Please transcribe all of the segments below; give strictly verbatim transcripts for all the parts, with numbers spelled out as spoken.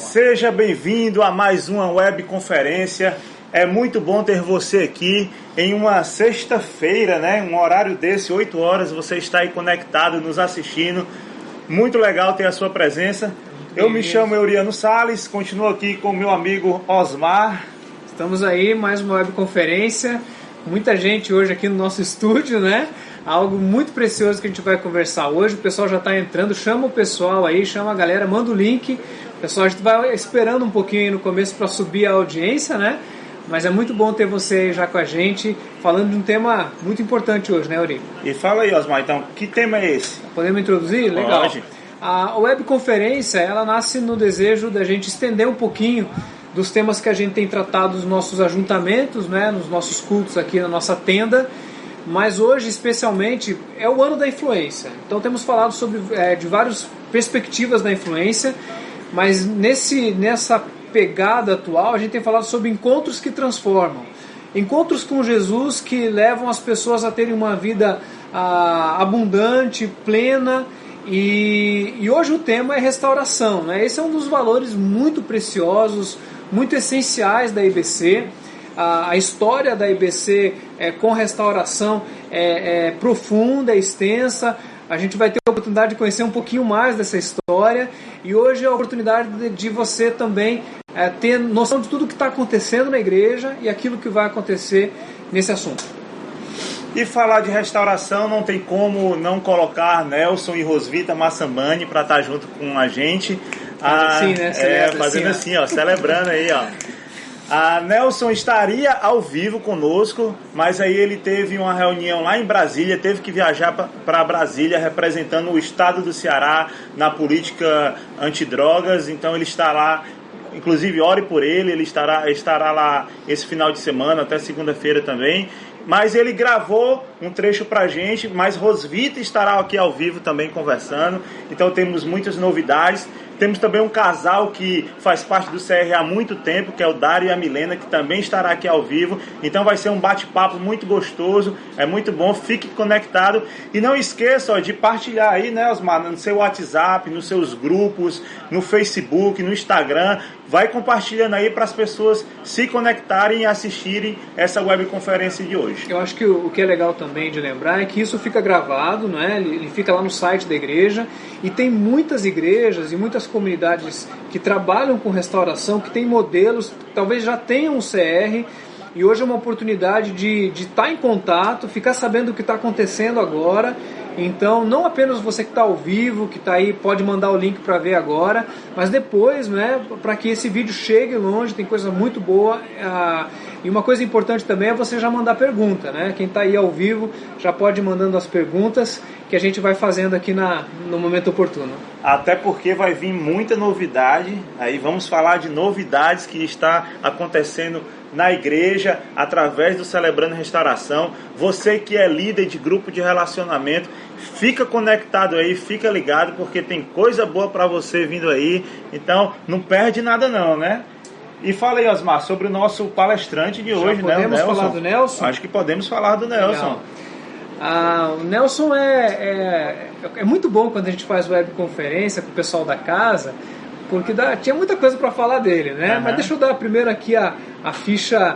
Seja bem-vindo a mais uma webconferência. É muito bom ter você aqui em uma sexta-feira, né? Um horário desse, oito horas, você está aí conectado, nos assistindo. Muito legal ter a sua presença. Eu me chamo Euriano Salles, continuo aqui com o meu amigo Osmar. Estamos aí, mais uma webconferência. Muita gente hoje aqui no nosso estúdio, né? Algo muito precioso que a gente vai conversar hoje. O pessoal já está entrando, chama o pessoal aí, chama a galera, manda o link. Pessoal, a gente vai esperando um pouquinho aí no começo para subir a audiência, né? Mas é muito bom ter você aí já com a gente, falando de um tema muito importante hoje, né, Euri? E fala aí, Osmar, então, que tema é esse? Podemos introduzir? Legal. Pode. A webconferência, ela nasce no desejo da gente estender um pouquinho dos temas que a gente tem tratado nos nossos ajuntamentos, né, nos nossos cultos aqui na nossa tenda. Mas hoje, especialmente, é o ano da influência. Então temos falado sobre é, de várias perspectivas da influência. Mas nesse, nessa pegada atual, a gente tem falado sobre encontros que transformam. Encontros com Jesus que levam as pessoas a terem uma vida ah, abundante, plena. E, e hoje o tema é restauração, né? Esse é um dos valores muito preciosos, muito essenciais da I B C. A, a história da I B C é, com restauração é, é profunda, é extensa. A gente vai ter a oportunidade de conhecer um pouquinho mais dessa história. E hoje é a oportunidade de, de você também é, ter noção de tudo que está acontecendo na igreja e aquilo que vai acontecer nesse assunto. E falar de restauração não tem como não colocar Nelson e Rosvita Massambani para estar junto com a gente. Ah, assim, né? É, fazendo assim, ó, celebrando aí, ó. A Nelson estaria ao vivo conosco, mas aí ele teve uma reunião lá em Brasília, teve que viajar para Brasília representando o estado do Ceará na política antidrogas, então ele está lá, inclusive ore por ele, ele estará, estará lá esse final de semana, até segunda-feira também. Mas ele gravou um trecho pra gente, mas Rosvita estará aqui ao vivo também conversando. Então temos muitas novidades. Temos também um casal que faz parte do C R há muito tempo, que é o Dário e a Milena, que também estará aqui ao vivo. Então vai ser um bate-papo muito gostoso, é muito bom, fique conectado. E não esqueça, ó, de partilhar aí, né, Osmar, no seu WhatsApp, nos seus grupos, no Facebook, no Instagram. Vai compartilhando aí para as pessoas se conectarem e assistirem essa webconferência de hoje. Eu acho que o que é legal também de lembrar é que isso fica gravado, né? Ele fica lá no site da igreja e tem muitas igrejas e muitas comunidades que trabalham com restauração, que têm modelos, talvez já tenham um C R, e hoje é uma oportunidade de, de estar em contato, ficar sabendo o que está acontecendo agora. Então, não apenas você que está ao vivo, que está aí, pode mandar o link para ver agora, mas depois, né, para que esse vídeo chegue longe, tem coisa muito boa. Ah, e uma coisa importante também é você já mandar pergunta, né? Quem está aí ao vivo já pode ir mandando as perguntas que a gente vai fazendo aqui na, no momento oportuno. Até porque vai vir muita novidade, aí vamos falar de novidades que está acontecendo na igreja, através do Celebrando Restauração. Você que é líder de grupo de relacionamento, fica conectado aí, fica ligado, porque tem coisa boa para você vindo aí. Então, não perde nada não, né? E fala aí, Osmar, sobre o nosso palestrante de hoje, né? Podemos falar do Nelson? Acho que podemos falar do Nelson. Ah, o Nelson é, é, é muito bom quando a gente faz webconferência com o pessoal da casa, porque dá, tinha muita coisa para falar dele, né? Uhum. Mas deixa eu dar primeiro aqui a, a ficha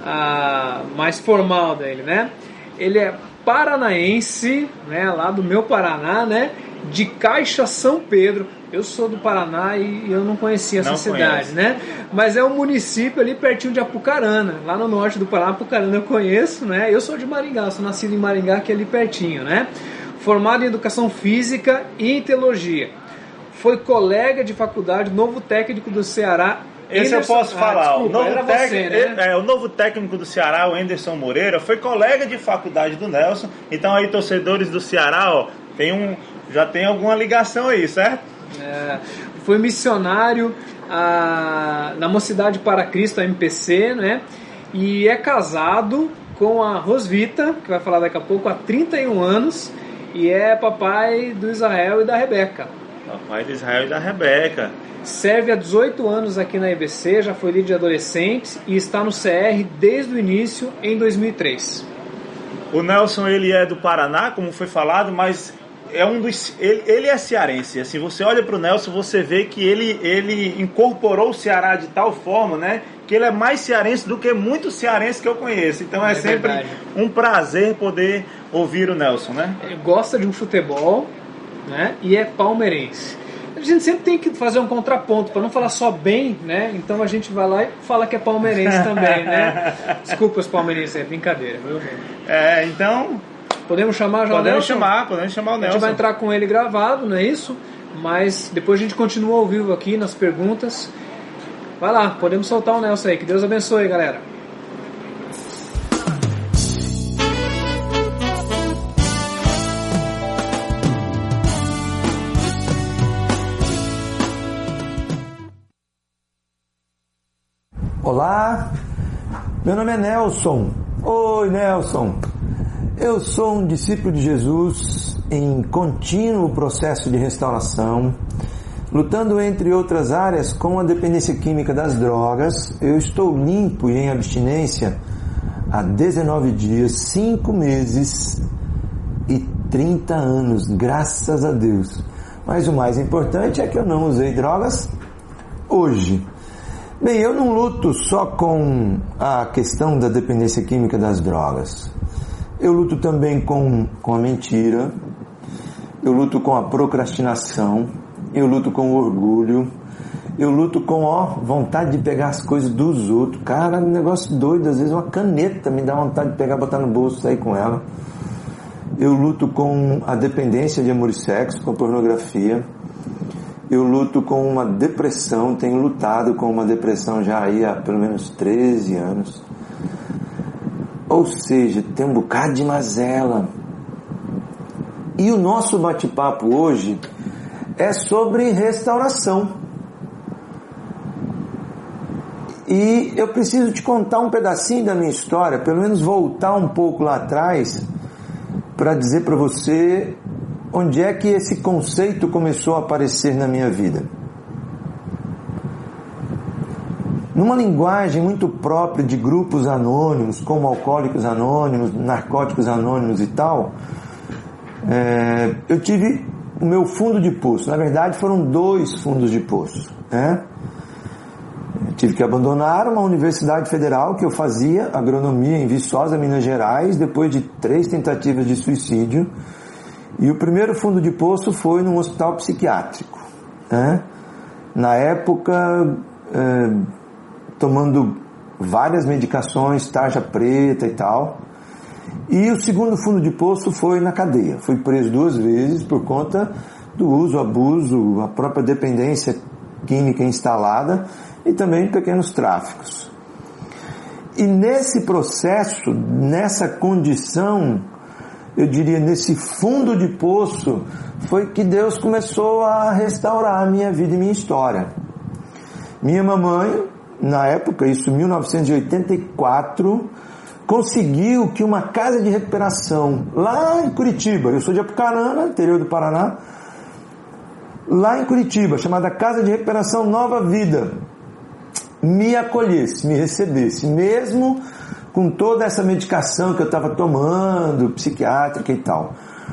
a, mais formal dele, né? Ele é paranaense, né? Lá do meu Paraná, né? De Caixa São Pedro. Eu sou do Paraná e eu não conhecia essa não cidade, conhece. Né? Mas é um município ali pertinho de Apucarana, lá no norte do Paraná. Apucarana eu conheço, né? Eu sou de Maringá, sou nascido em Maringá, que é ali pertinho, né? Formado em Educação Física e em Teologia. Foi colega de faculdade, novo técnico do Ceará. Esse Anderson, eu posso falar. Ah, desculpa, o, novo técnico, você, né? é, o novo técnico do Ceará, o Anderson Moreira, foi colega de faculdade do Nelson. Então aí, torcedores do Ceará, ó, tem um, já tem alguma ligação aí, certo? É, foi missionário a, na Mocidade para Cristo, a M P C, né? E é casado com a Rosvita, que vai falar daqui a pouco, há trinta e um anos, e é papai do Israel e da Rebeca. Papai do Israel e da Rebeca. Serve há dezoito anos aqui na I B C, já foi líder de adolescentes e está no C R desde o início, em dois mil e três. O Nelson, ele é do Paraná, como foi falado, mas é um dos, ele, ele é cearense. Assim, você olha para o Nelson, você vê que ele, ele incorporou o Ceará de tal forma, né, que ele é mais cearense do que muitos cearenses que eu conheço. Então é, é sempre verdade. Um prazer poder ouvir o Nelson, né? Ele gosta de um futebol, né, e é palmeirense. A gente sempre tem que fazer um contraponto, para não falar só bem, né? Então a gente vai lá e fala que é palmeirense também, né? Desculpa os palmeirenses, é brincadeira, viu? É, então... Podemos chamar já podemos o Nelson? chamar, podemos chamar o Nelson. A gente vai entrar com ele gravado, não é isso? Mas depois a gente continua ao vivo aqui nas perguntas. Vai lá, podemos soltar o Nelson aí. Que Deus abençoe, galera. Olá, meu nome é Nelson. Oi, Nelson. Eu sou um discípulo de Jesus em contínuo processo de restauração, lutando entre outras áreas com a dependência química das drogas. Eu estou limpo e em abstinência há dezenove dias, cinco meses e trinta anos, graças a Deus. Mas o mais importante é que eu não usei drogas hoje. Bem, eu não luto só com a questão da dependência química das drogas. Eu luto também com, com a mentira, eu luto com a procrastinação, eu luto com o orgulho, eu luto com ó, vontade de pegar as coisas dos outros. Cara, um negócio doido, às vezes uma caneta me dá vontade de pegar, botar no bolso e sair com ela. Eu luto com a dependência de amor e sexo, com a pornografia. Eu luto com uma depressão, tenho lutado com uma depressão já aí há pelo menos treze anos. Ou seja, tem um bocado de mazela. E o nosso bate-papo hoje é sobre restauração. E eu preciso te contar um pedacinho da minha história, pelo menos voltar um pouco lá atrás, para dizer para você onde é que esse conceito começou a aparecer na minha vida. Numa linguagem muito própria de grupos anônimos, como Alcoólicos Anônimos, Narcóticos Anônimos e tal, é, eu tive o meu fundo de poço. Na verdade, foram dois fundos de poço, né? Eu tive que abandonar uma universidade federal que eu fazia agronomia em Viçosa, Minas Gerais, depois de três tentativas de suicídio. E o primeiro fundo de poço foi num hospital psiquiátrico, né? Na época, é, tomando várias medicações, tarja preta e tal. E o segundo fundo de poço foi na cadeia. Fui preso duas vezes por conta do uso, abuso, a própria dependência química instalada e também pequenos tráficos. E nesse processo, nessa condição, eu diria, nesse fundo de poço, foi que Deus começou a restaurar a minha vida e minha história. Minha mamãe, na época, isso em mil novecentos e oitenta e quatro, conseguiu que uma casa de recuperação, lá em Curitiba, eu sou de Apucarana, interior do Paraná, lá em Curitiba, chamada Casa de Recuperação Nova Vida, me acolhesse, me recebesse, mesmo com toda essa medicação que eu estava tomando, psiquiátrica e tal.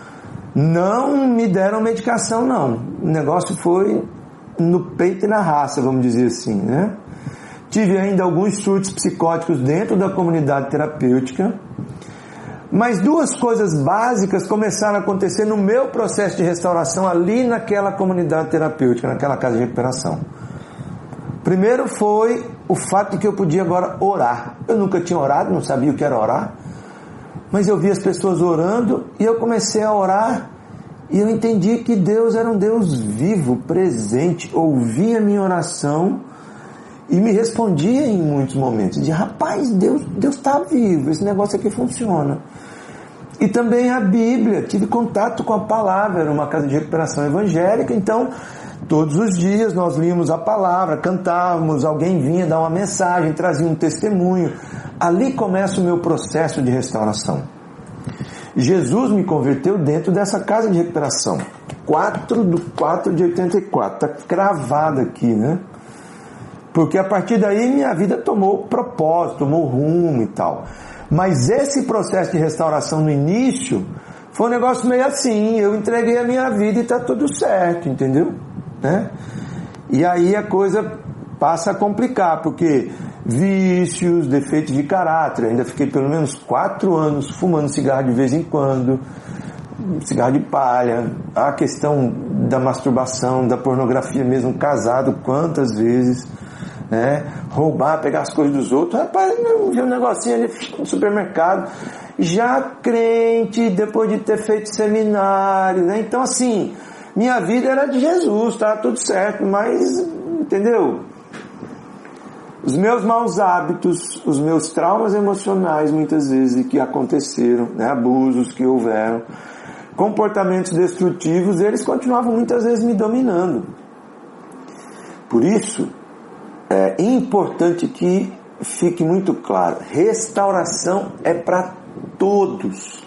Não me deram medicação, não. O negócio foi no peito e na raça, vamos dizer assim, né? Tive ainda alguns surtos psicóticos dentro da comunidade terapêutica, mas duas coisas básicas começaram a acontecer no meu processo de restauração ali naquela comunidade terapêutica, naquela casa de recuperação. Primeiro foi o fato de que eu podia agora orar. Eu nunca tinha orado, não sabia o que era orar, mas eu vi as pessoas orando e eu comecei a orar e eu entendi que Deus era um Deus vivo, presente, ouvia a minha oração e me respondia em muitos momentos. De rapaz, Deus Deus está vivo, esse negócio aqui funciona. E também a Bíblia, tive contato com a palavra, era uma casa de recuperação evangélica, então todos os dias nós líamos a palavra, cantávamos, alguém vinha dar uma mensagem, trazia um testemunho. Ali começa o meu processo de restauração. Jesus me converteu dentro dessa casa de recuperação. quatro de quatro de oitenta e quatro, está cravado aqui, né? Porque a partir daí minha vida tomou propósito, tomou rumo e tal. Mas esse processo de restauração no início Foi um negócio meio assim, eu entreguei a minha vida e tá tudo certo, entendeu? Né? E aí a coisa passa a complicar, porque vícios, defeitos de caráter, ainda fiquei pelo menos quatro anos fumando cigarro de vez em quando, cigarro de palha, a questão da masturbação, da pornografia mesmo, casado quantas vezes, né? Roubar, pegar as coisas dos outros, rapaz, eu vi um negocinho ali no supermercado, já crente, depois de ter feito seminário, né? Então assim, minha vida era de Jesus, tá tudo certo, mas, entendeu? Os meus maus hábitos, os meus traumas emocionais, muitas vezes, que aconteceram, né? Abusos que houveram, comportamentos destrutivos, eles continuavam muitas vezes me dominando. Por isso, é importante que fique muito claro, restauração é para todos.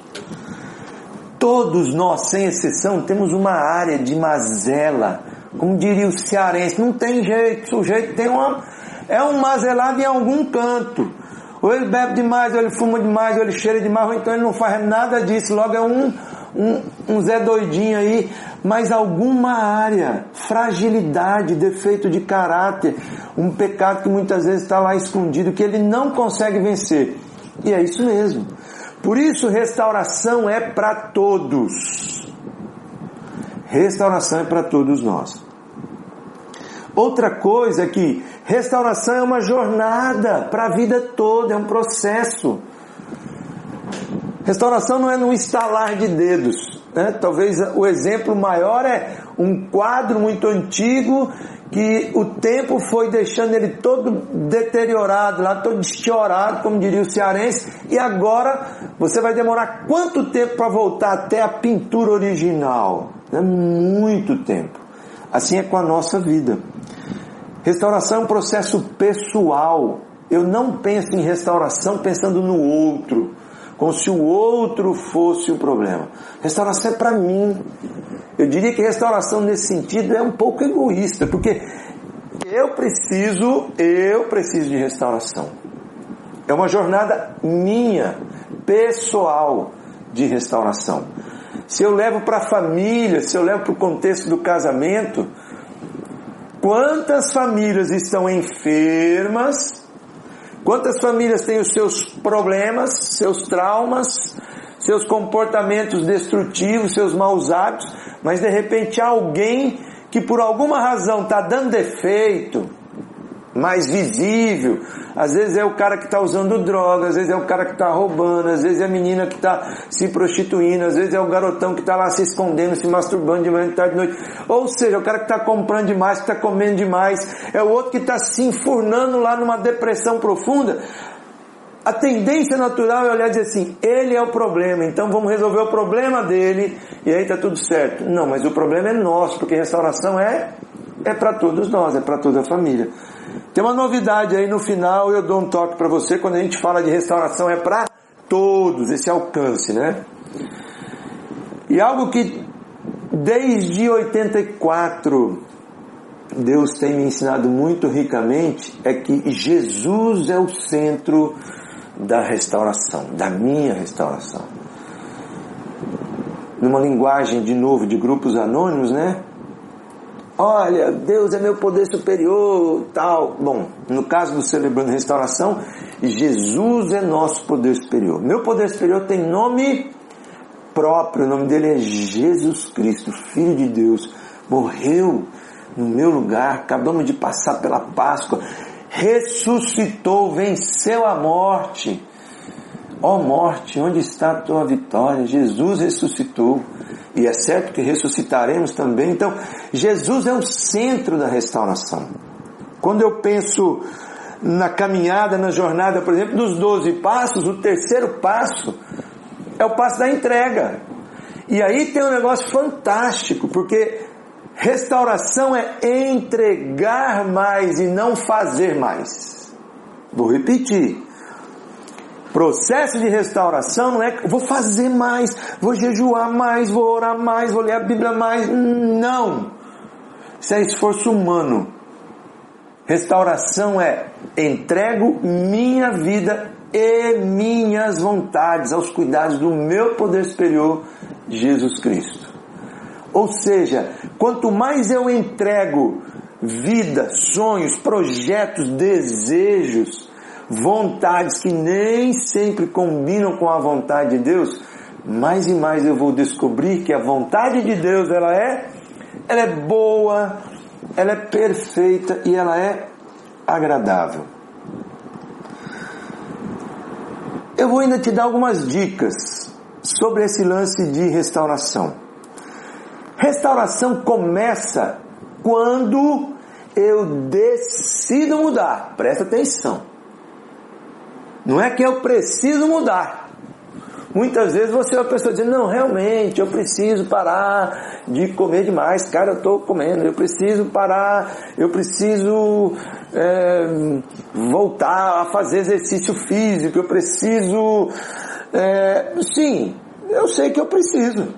Todos nós, sem exceção, temos uma área de mazela, como diria o cearense, não tem jeito, o sujeito tem uma, é um mazelado em algum canto, ou ele bebe demais, ou ele fuma demais, ou ele cheira demais, ou então ele não faz nada disso, logo é um, um, um Zé doidinho aí, mas alguma área, fragilidade, defeito de caráter, um pecado que muitas vezes está lá escondido, que ele não consegue vencer, e é isso mesmo. Por isso, restauração é para todos. Restauração é para todos nós. Outra coisa é que restauração é uma jornada para a vida toda, é um processo. Restauração não é no estalar de dedos, né? Talvez o exemplo maior é um quadro muito antigo que o tempo foi deixando ele todo deteriorado, lá todo desfiorado, como diria o cearense, e agora você vai demorar quanto tempo para voltar até a pintura original? É muito tempo. Assim é com a nossa vida. Restauração é um processo pessoal. Eu não penso em restauração pensando no outro, como se o outro fosse o problema. Restauração é para mim. Eu diria que restauração nesse sentido é um pouco egoísta, porque eu preciso, eu preciso de restauração. É uma jornada minha, pessoal, de restauração. Se eu levo para a família, se eu levo para o contexto do casamento, quantas famílias estão enfermas, quantas famílias têm os seus problemas, seus traumas, seus comportamentos destrutivos, seus maus hábitos, mas de repente há alguém que por alguma razão está dando defeito, mais visível, às vezes é o cara que está usando droga, às vezes é o cara que está roubando, às vezes é a menina que está se prostituindo, às vezes é o garotão que está lá se escondendo, se masturbando de manhã, de tarde, de noite, ou seja, o cara que está comprando demais, que está comendo demais, é o outro que está se enfurnando lá numa depressão profunda. A tendência natural é olhar e dizer assim, ele é o problema, então vamos resolver o problema dele e aí está tudo certo. Não, mas o problema é nosso, porque restauração é, é para todos nós, é para toda a família. Tem uma novidade aí no final, eu dou um toque para você, quando a gente fala de restauração é para todos, esse alcance, né? E algo que desde oitenta e quatro Deus tem me ensinado muito ricamente é que Jesus é o centro da restauração, da minha restauração. Numa linguagem, de novo, de grupos anônimos, né? Olha, Deus é meu poder superior, tal. Bom, no caso do Celebrando Restauração, Jesus é nosso poder superior. Meu poder superior tem nome próprio, o nome dele é Jesus Cristo, Filho de Deus. Morreu no meu lugar, acabamos de passar pela Páscoa, ressuscitou, venceu a morte. Ó morte, onde está a tua vitória? Jesus ressuscitou. E é certo que ressuscitaremos também. Então, Jesus é o centro da restauração. Quando eu penso na caminhada, na jornada, por exemplo, dos doze passos, o terceiro passo é o passo da entrega. E aí tem um negócio fantástico, porque restauração é entregar mais e não fazer mais. Vou repetir. Processo de restauração não é vou fazer mais, vou jejuar mais, vou orar mais, vou ler a Bíblia mais. Não. Isso é esforço humano. Restauração é entrego minha vida e minhas vontades aos cuidados do meu poder superior Jesus Cristo. Ou seja, quanto mais eu entrego vida, sonhos, projetos, desejos, vontades que nem sempre combinam com a vontade de Deus, mais e mais eu vou descobrir que a vontade de Deus, ela é, ela é boa, ela é perfeita e ela é agradável. Eu vou ainda te dar algumas dicas sobre esse lance de restauração. Restauração começa quando eu decido mudar. Presta atenção. Não é que eu preciso mudar. Muitas vezes você é uma pessoa dizendo, não, realmente, eu preciso parar de comer demais. Cara, eu estou comendo. Eu preciso parar, eu preciso é, voltar a fazer exercício físico. Eu preciso... É, sim, eu sei que eu preciso.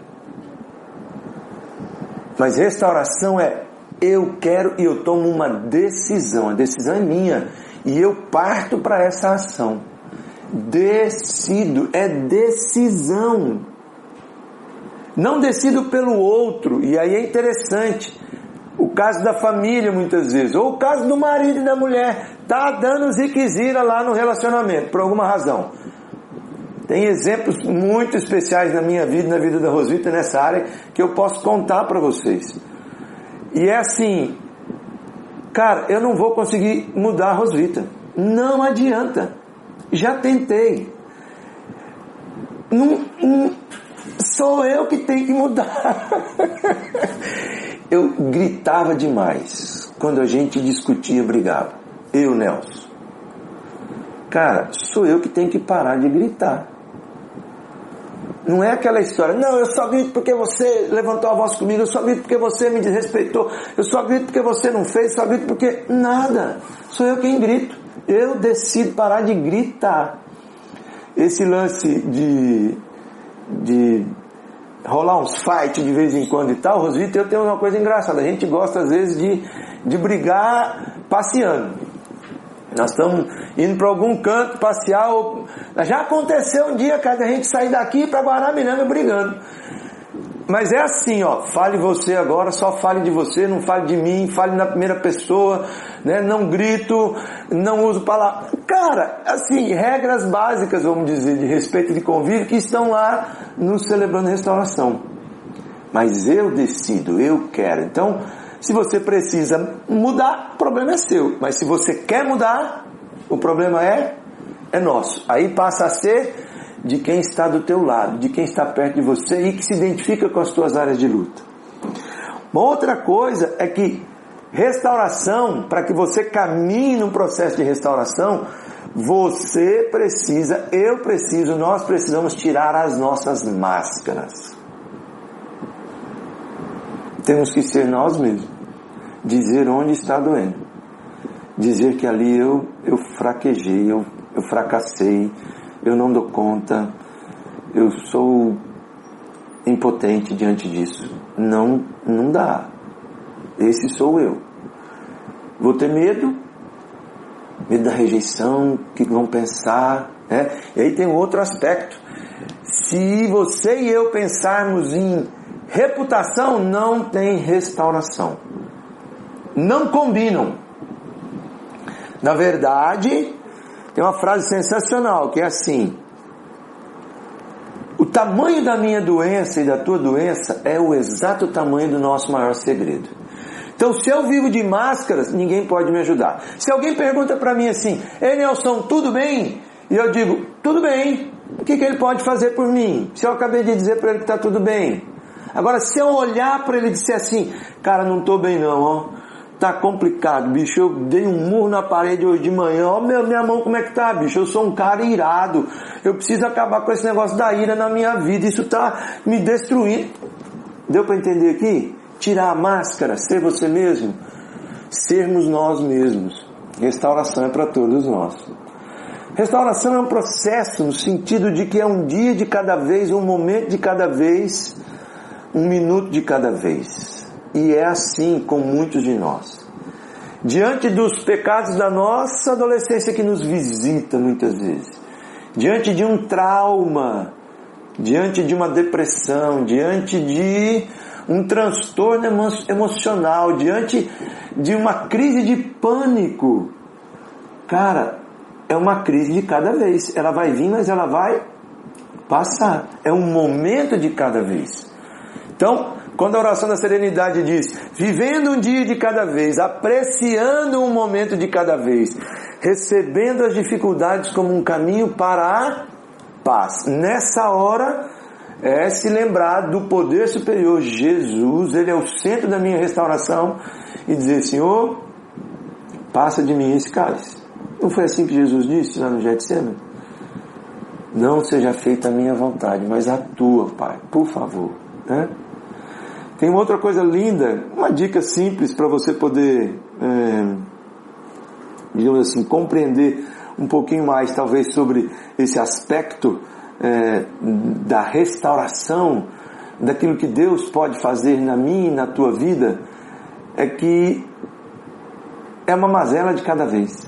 Mas restauração é, eu quero e eu tomo uma decisão. A decisão é minha. E eu parto para essa ação. Decido, é decisão. Não decido pelo outro. E aí é interessante. O caso da família muitas vezes. Ou o caso do marido e da mulher. Tá dando ziquezira lá no relacionamento, por alguma razão. Tem exemplos muito especiais na minha vida, na vida da Rosvita, nessa área, que eu posso contar para vocês. E é assim, cara, eu não vou conseguir mudar a Rosvita. Não adianta. Já tentei. Não, não, sou eu que tenho que mudar. Eu gritava demais quando a gente discutia, brigava. Eu, Nelson. Cara, sou eu que tenho que parar de gritar. Não é aquela história, não, eu só grito porque você levantou a voz comigo, eu só grito porque você me desrespeitou, eu só grito porque você não fez, eu só grito porque... Nada, sou eu quem grito. Eu decido parar de gritar. Esse lance de, de rolar uns fight de vez em quando e tal, Rosvita, eu tenho uma coisa engraçada, a gente gosta às vezes de, de brigar passeando. Nós estamos indo para algum canto passear. Ou... Já aconteceu um dia, cara, a gente sair daqui para Guaramiranga brigando. Mas é assim, ó, fale você agora, só fale de você, não fale de mim, fale na primeira pessoa, né? Não grito, não uso palavras. Cara, assim, regras básicas, vamos dizer, de respeito e de convívio que estão lá no Celebrando Restauração. Mas eu decido, eu quero. Então, se você precisa mudar, o problema é seu. Mas se você quer mudar, o problema é, é nosso. Aí passa a ser de quem está do teu lado, de quem está perto de você e que se identifica com as tuas áreas de luta. Uma outra coisa é que restauração, para que você caminhe num processo de restauração, você precisa, eu preciso, nós precisamos tirar as nossas máscaras. Temos que ser nós mesmos. Dizer onde está doendo. Dizer que ali eu, eu fraquejei, eu, eu fracassei, eu não dou conta, eu sou impotente diante disso. Não, não dá. Esse sou eu. Vou ter medo, medo da rejeição, o que vão pensar, né? E aí tem um outro aspecto. Se você e eu pensarmos em reputação, não tem restauração. Não combinam. Na verdade, tem uma frase sensacional que é assim: o tamanho da minha doença e da tua doença é o exato tamanho do nosso maior segredo. Então, se eu vivo de máscaras, ninguém pode me ajudar. Se alguém pergunta para mim assim: ei, Nelson, tudo bem? E eu digo, tudo bem. O que, que ele pode fazer por mim? Se eu acabei de dizer para ele que está tudo bem. Agora, se eu olhar para ele e disser assim, cara, não estou bem não, ó, tá complicado, bicho, eu dei um murro na parede hoje de manhã, ó, meu, minha mão como é que tá, bicho, eu sou um cara irado, eu preciso acabar com esse negócio da ira na minha vida, isso tá me destruindo. Deu para entender aqui? Tirar a máscara, ser você mesmo, sermos nós mesmos. Restauração é para todos nós. Restauração é um processo no sentido de que é um dia de cada vez, um momento de cada vez, um minuto de cada vez. E é assim com muitos de nós. Diante dos pecados da nossa adolescência que nos visita muitas vezes, diante de um trauma diante de uma depressão, diante de um transtorno emo- emocional, diante de uma crise de pânico, cara, é uma crise de cada vez. Ela vai vir, mas ela vai passar. É um momento de cada vez. Então, quando a oração da serenidade diz, vivendo um dia de cada vez, apreciando um momento de cada vez, recebendo as dificuldades como um caminho para a paz. Nessa hora, é se lembrar do poder superior. Jesus, Ele é o centro da minha restauração, e dizer, Senhor, passa de mim esse cálice. Não foi assim que Jesus disse lá no Getsemane? Não seja feita a minha vontade, mas a tua, Pai, por favor, né? Tem uma outra coisa linda, uma dica simples para você poder, é, digamos assim, compreender um pouquinho mais, talvez, sobre esse aspecto é, da restauração, daquilo que Deus pode fazer na minha e na tua vida, é que é uma mazela de cada vez.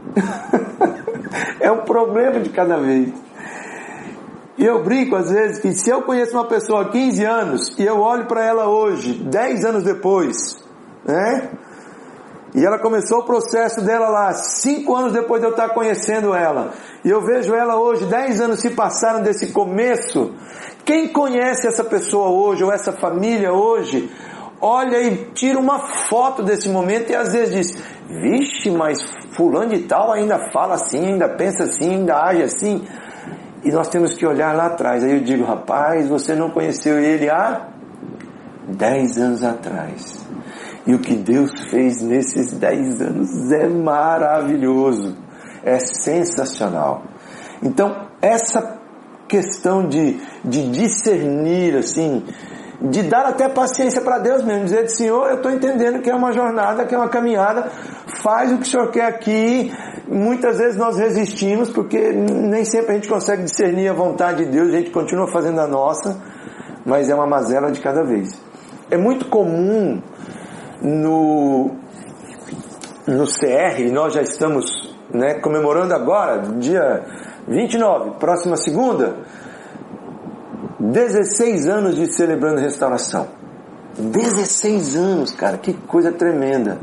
É um problema de cada vez. E eu brinco às vezes que se eu conheço uma pessoa há quinze anos e eu olho para ela hoje, dez anos depois, né? E ela começou o processo dela lá, cinco anos depois de eu estar conhecendo ela, e eu vejo ela hoje, dez anos se passaram desse começo. Quem conhece essa pessoa hoje, ou essa família hoje, olha e tira uma foto desse momento e às vezes diz, vixe, mas fulano de tal ainda fala assim, ainda pensa assim, ainda age assim. E nós temos que olhar lá atrás. Aí eu digo, rapaz, você não conheceu ele há dez anos atrás. E o que Deus fez nesses dez anos é maravilhoso. É sensacional. Então, essa questão de, de discernir, assim, de dar até paciência para Deus mesmo, dizer, Senhor, eu estou entendendo que é uma jornada, que é uma caminhada, faz o que o Senhor quer aqui. Muitas vezes nós resistimos, porque nem sempre a gente consegue discernir a vontade de Deus, a gente continua fazendo a nossa, mas é uma mazela de cada vez. É muito comum no, no C R, nós já estamos, né, comemorando agora, dia vinte e nove, próxima segunda, dezesseis anos de celebrando restauração. dezesseis anos, cara, que coisa tremenda.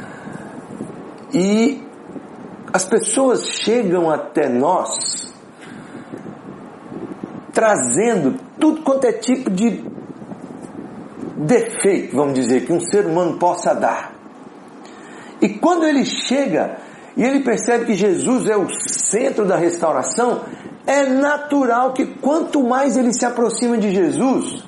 E as pessoas chegam até nós trazendo tudo quanto é tipo de defeito, vamos dizer, que um ser humano possa dar. E quando ele chega e ele percebe que Jesus é o centro da restauração, é natural que quanto mais ele se aproxima de Jesus,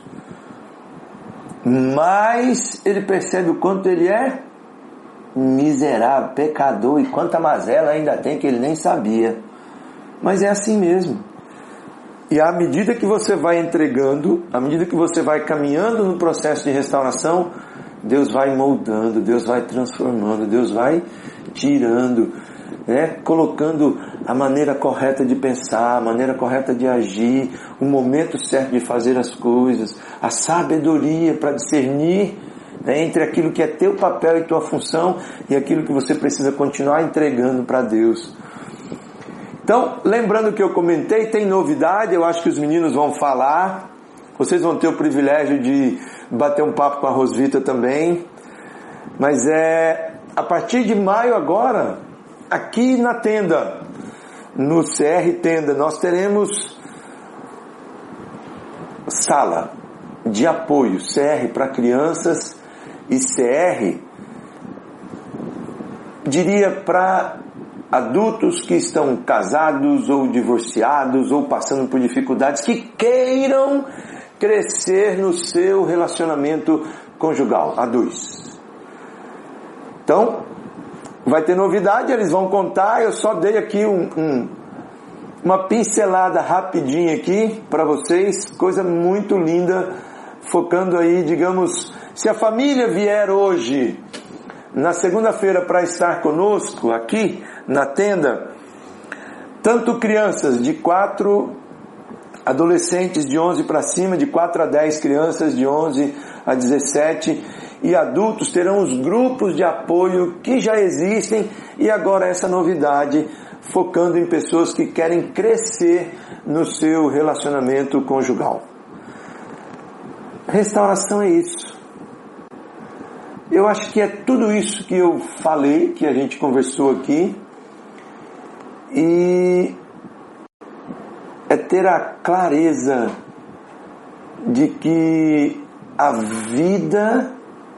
mais ele percebe o quanto ele é miserável, pecador, e quanta mazela ainda tem que ele nem sabia. Mas é assim mesmo. E à medida que você vai entregando, à medida que você vai caminhando no processo de restauração, Deus vai moldando, Deus vai transformando, Deus vai tirando, né? Colocando a maneira correta de pensar, a maneira correta de agir, o momento certo de fazer as coisas, a sabedoria para discernir, né, entre aquilo que é teu papel e tua função e aquilo que você precisa continuar entregando para Deus. Então, lembrando que eu comentei, tem novidade, eu acho que os meninos vão falar, vocês vão ter o privilégio de bater um papo com a Rosvita também, mas é a partir de maio agora, aqui na tenda, no C R Tenda, nós teremos sala de apoio, C R para crianças e C R, diria, para adultos que estão casados ou divorciados ou passando por dificuldades, que queiram crescer no seu relacionamento conjugal, a dois. Então, vai ter novidade, eles vão contar, eu só dei aqui um, um, uma pincelada rapidinha aqui para vocês, coisa muito linda, focando aí, digamos, se a família vier hoje, na segunda-feira, para estar conosco aqui na tenda, tanto crianças de quatro, adolescentes de onze para cima, de quatro a dez crianças, de onze a dezessete, e adultos terão os grupos de apoio que já existem, e agora essa novidade focando em pessoas que querem crescer no seu relacionamento conjugal. Restauração é isso. Eu acho que é tudo isso que eu falei, que a gente conversou aqui, e é ter a clareza de que a vida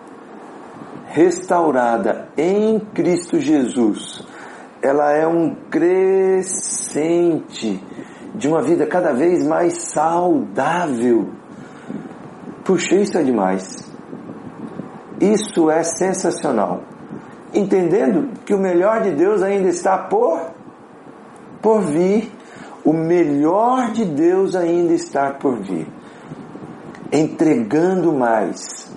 restaurada em Cristo Jesus, ela é um crescente de uma vida cada vez mais saudável. Puxa, isso é demais. Isso é sensacional. Entendendo que o melhor de Deus ainda está por, por vir. O melhor de Deus ainda está por vir. Entregando mais.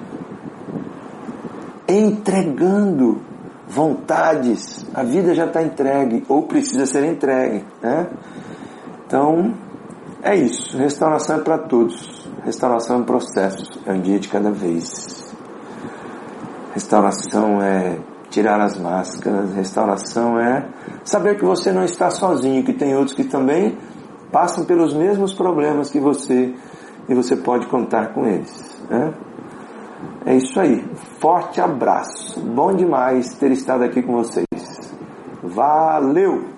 Entregando vontades. A vida já está entregue, ou precisa ser entregue, né? Então, é isso. Restauração é para todos. Restauração é um processo, é um dia de cada vez. Restauração é tirar as máscaras. Restauração é saber que você não está sozinho, que tem outros que também passam pelos mesmos problemas que você, e você pode contar com eles, né? É isso aí. Forte abraço. Bom demais ter estado aqui com vocês. Valeu!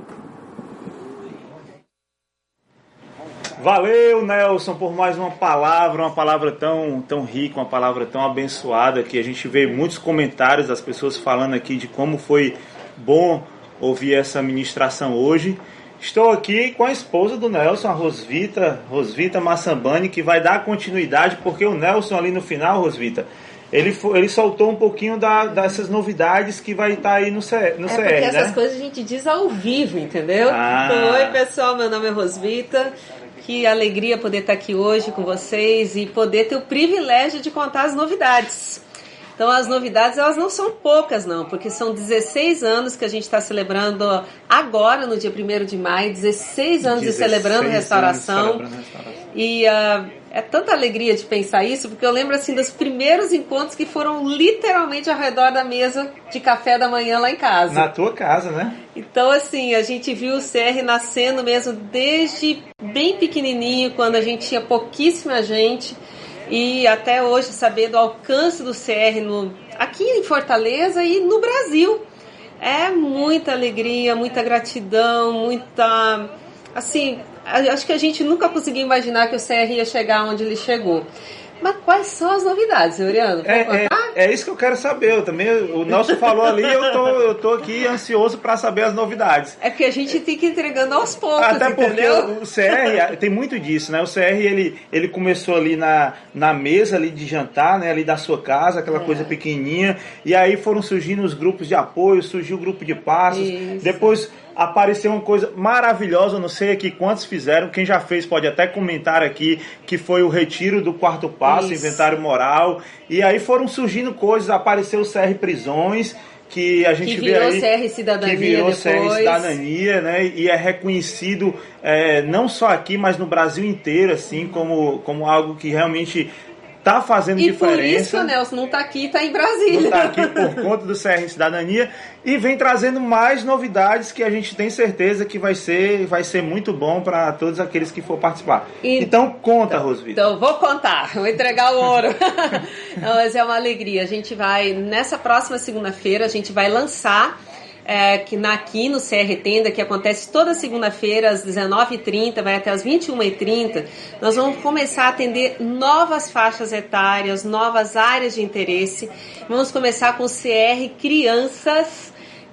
Valeu, Nelson, por mais uma palavra, uma palavra tão, tão rica, uma palavra tão abençoada, que a gente vê muitos comentários das pessoas falando aqui de como foi bom ouvir essa ministração hoje. Estou aqui com a esposa do Nelson, a Rosvita, Rosvita Massambani, que vai dar continuidade, porque o Nelson ali no final, Rosvita, ele, ele soltou um pouquinho da, dessas novidades que vai estar aí no, C, no é C R, porque né? Essas coisas a gente diz ao vivo, entendeu? Ah. Oi, pessoal, meu nome é Rosvita. Que alegria poder estar aqui hoje com vocês e poder ter o privilégio de contar as novidades. Então, as novidades, elas não são poucas, não, porque são dezesseis anos que a gente está celebrando agora, no dia primeiro de maio, dezesseis anos de celebrando restauração. Celebrando restauração. E uh, é tanta alegria de pensar isso, porque eu lembro assim dos primeiros encontros que foram literalmente ao redor da mesa de café da manhã lá em casa. Na tua casa, né? Então, assim, a gente viu o C R nascendo mesmo desde bem pequenininho, quando a gente tinha pouquíssima gente, e até hoje saber do alcance do C R no, aqui em Fortaleza e no Brasil. É muita alegria, muita gratidão, muita... Assim, acho que a gente nunca conseguiu imaginar que o C R ia chegar onde ele chegou. Mas quais são as novidades, Euriano? É, é, é isso que eu quero saber. Eu também, o Nelson falou ali, eu tô, eu tô aqui ansioso para saber as novidades. É porque a gente tem que ir entregando aos poucos, até entendeu? Porque o C R, tem muito disso, né? O C R, ele, ele começou ali na, na mesa ali de jantar, né? Ali da sua casa, aquela é. coisa pequenininha. E aí foram surgindo os grupos de apoio, surgiu o grupo de passos. Isso. Depois apareceu uma coisa maravilhosa, eu não sei aqui quantos fizeram, quem já fez pode até comentar aqui, que foi o retiro do quarto passo, Isso. inventário moral, e aí foram surgindo coisas, apareceu o C R Prisões, que a gente que vê aí, C R Cidadania que virou depois. C R Cidadania, né, e é reconhecido é, não só aqui, mas no Brasil inteiro, assim, como, como algo que realmente tá fazendo e diferença. E por isso que o Nelson não tá aqui, tá em Brasília. Não tá aqui por conta do C R Cidadania e vem trazendo mais novidades que a gente tem certeza que vai ser, vai ser muito bom para todos aqueles que for participar. E, então conta, então, Rosvita. Então vou contar, vou entregar o ouro. Não, mas é uma alegria. A gente vai, nessa próxima segunda-feira, a gente vai lançar É, que na, aqui no C R Tenda, que acontece toda segunda-feira às dezenove e trinta, vai até às vinte e uma e trinta, nós vamos começar a atender novas faixas etárias, novas áreas de interesse. Vamos começar com o C R Crianças,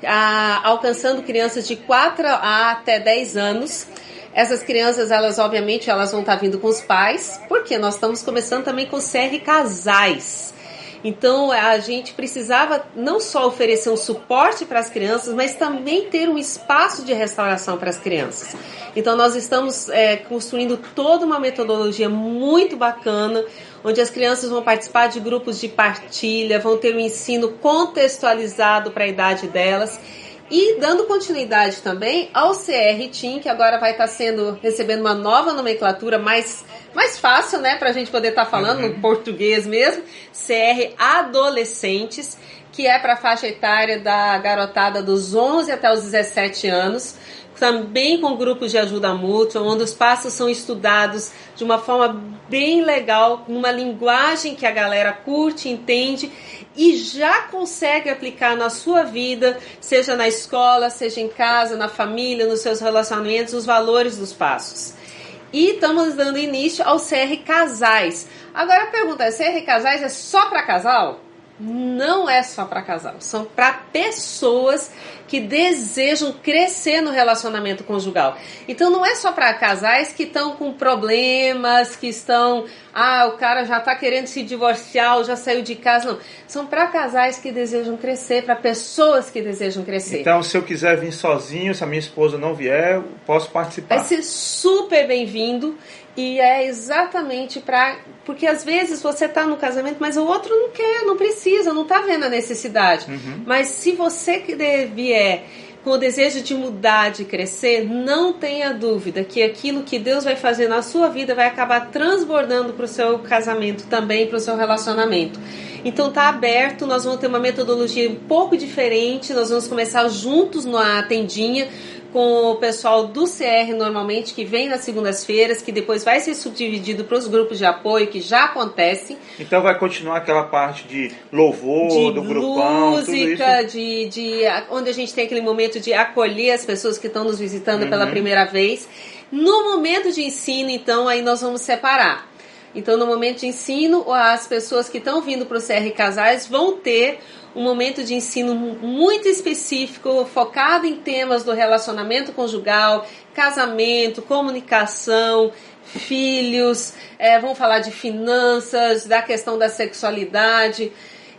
a, alcançando crianças de quatro a até dez anos. Essas crianças, elas obviamente, elas vão estar vindo com os pais, porque nós estamos começando também com o C R Casais. Então, a gente precisava não só oferecer um suporte para as crianças, mas também ter um espaço de restauração para as crianças. Então, nós estamos é, construindo toda uma metodologia muito bacana, onde as crianças vão participar de grupos de partilha, vão ter um ensino contextualizado para a idade delas. E dando continuidade também ao C R Team, que agora vai estar sendo, recebendo uma nova nomenclatura mais, mais fácil, né, para a gente poder estar falando uhum. no português mesmo, C R Adolescentes, que é para a faixa etária da garotada dos onze até os dezessete anos, também com grupos de ajuda mútua, onde os passos são estudados de uma forma bem legal, numa linguagem que a galera curte, entende e já consegue aplicar na sua vida, seja na escola, seja em casa, na família, nos seus relacionamentos, os valores dos passos. E estamos dando início ao C R Casais. Agora a pergunta é, C R Casais é só para casal? Não é só para casal, são para pessoas que desejam crescer no relacionamento conjugal. Então não é só para casais que estão com problemas, que estão, ah, o cara já está querendo se divorciar, ou já saiu de casa, não. São para casais que desejam crescer, para pessoas que desejam crescer. Então se eu quiser vir sozinho, se a minha esposa não vier, eu posso participar. Vai ser super bem-vindo. E é exatamente para... Porque às vezes você está no casamento, mas o outro não quer, não precisa, não está vendo a necessidade. Uhum. Mas se você que vier com o desejo de mudar, de crescer, não tenha dúvida que aquilo que Deus vai fazer na sua vida vai acabar transbordando para o seu casamento também, para o seu relacionamento. Então tá aberto, nós vamos ter uma metodologia um pouco diferente, nós vamos começar juntos na tendinha, com o pessoal do C R normalmente, que vem nas segundas-feiras, que depois vai ser subdividido para os grupos de apoio, que já acontecem. Então vai continuar aquela parte de louvor, de do grupão, música, de, de onde a gente tem aquele momento de acolher as pessoas que estão nos visitando uhum. pela primeira vez. No momento de ensino, então, aí nós vamos separar. Então, no momento de ensino, as pessoas que estão vindo para o C R Casais vão ter um momento de ensino muito específico, focado em temas do relacionamento conjugal, casamento, comunicação, filhos, é, vamos falar de finanças, da questão da sexualidade.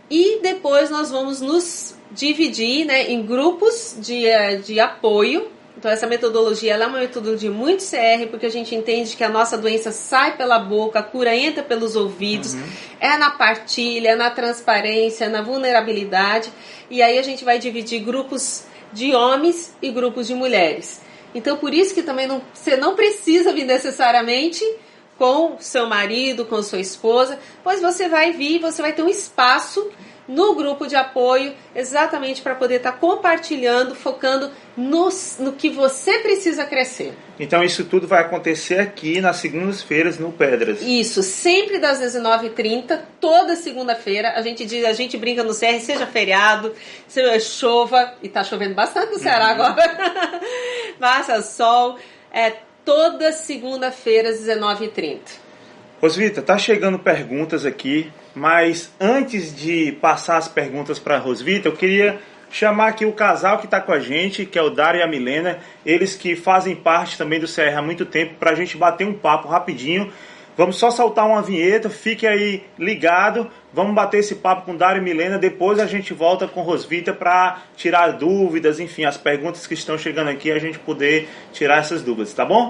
E depois nós vamos nos dividir, né, em grupos de, de apoio. Então essa metodologia ela é uma metodologia muito C R, porque a gente entende que a nossa doença sai pela boca, a cura entra pelos ouvidos, uhum. é na partilha, é na transparência, é na vulnerabilidade, e aí a gente vai dividir grupos de homens e grupos de mulheres. Então por isso que também não, você não precisa vir necessariamente com seu marido, com sua esposa, pois você vai vir, você vai ter um espaço no grupo de apoio, exatamente para poder estar tá compartilhando, focando no, no que você precisa crescer. Então isso tudo vai acontecer aqui nas segundas-feiras no Pedras. Isso, sempre das dezenove e trinta, toda segunda-feira. A gente diz, a gente brinca no C R, seja feriado, seja chova, e tá chovendo bastante no Ceará uhum. agora, faça sol, é toda segunda-feira às dezenove e trinta. Rosvita, tá chegando perguntas aqui, mas antes de passar as perguntas para a Rosvita, eu queria chamar aqui o casal que está com a gente, que é o Dário e a Milena, eles que fazem parte também do C R há muito tempo, para a gente bater um papo rapidinho. Vamos só soltar uma vinheta, fique aí ligado, vamos bater esse papo com Dário e Milena, depois a gente volta com Rosvita para tirar dúvidas, enfim, as perguntas que estão chegando aqui, a gente poder tirar essas dúvidas, tá bom?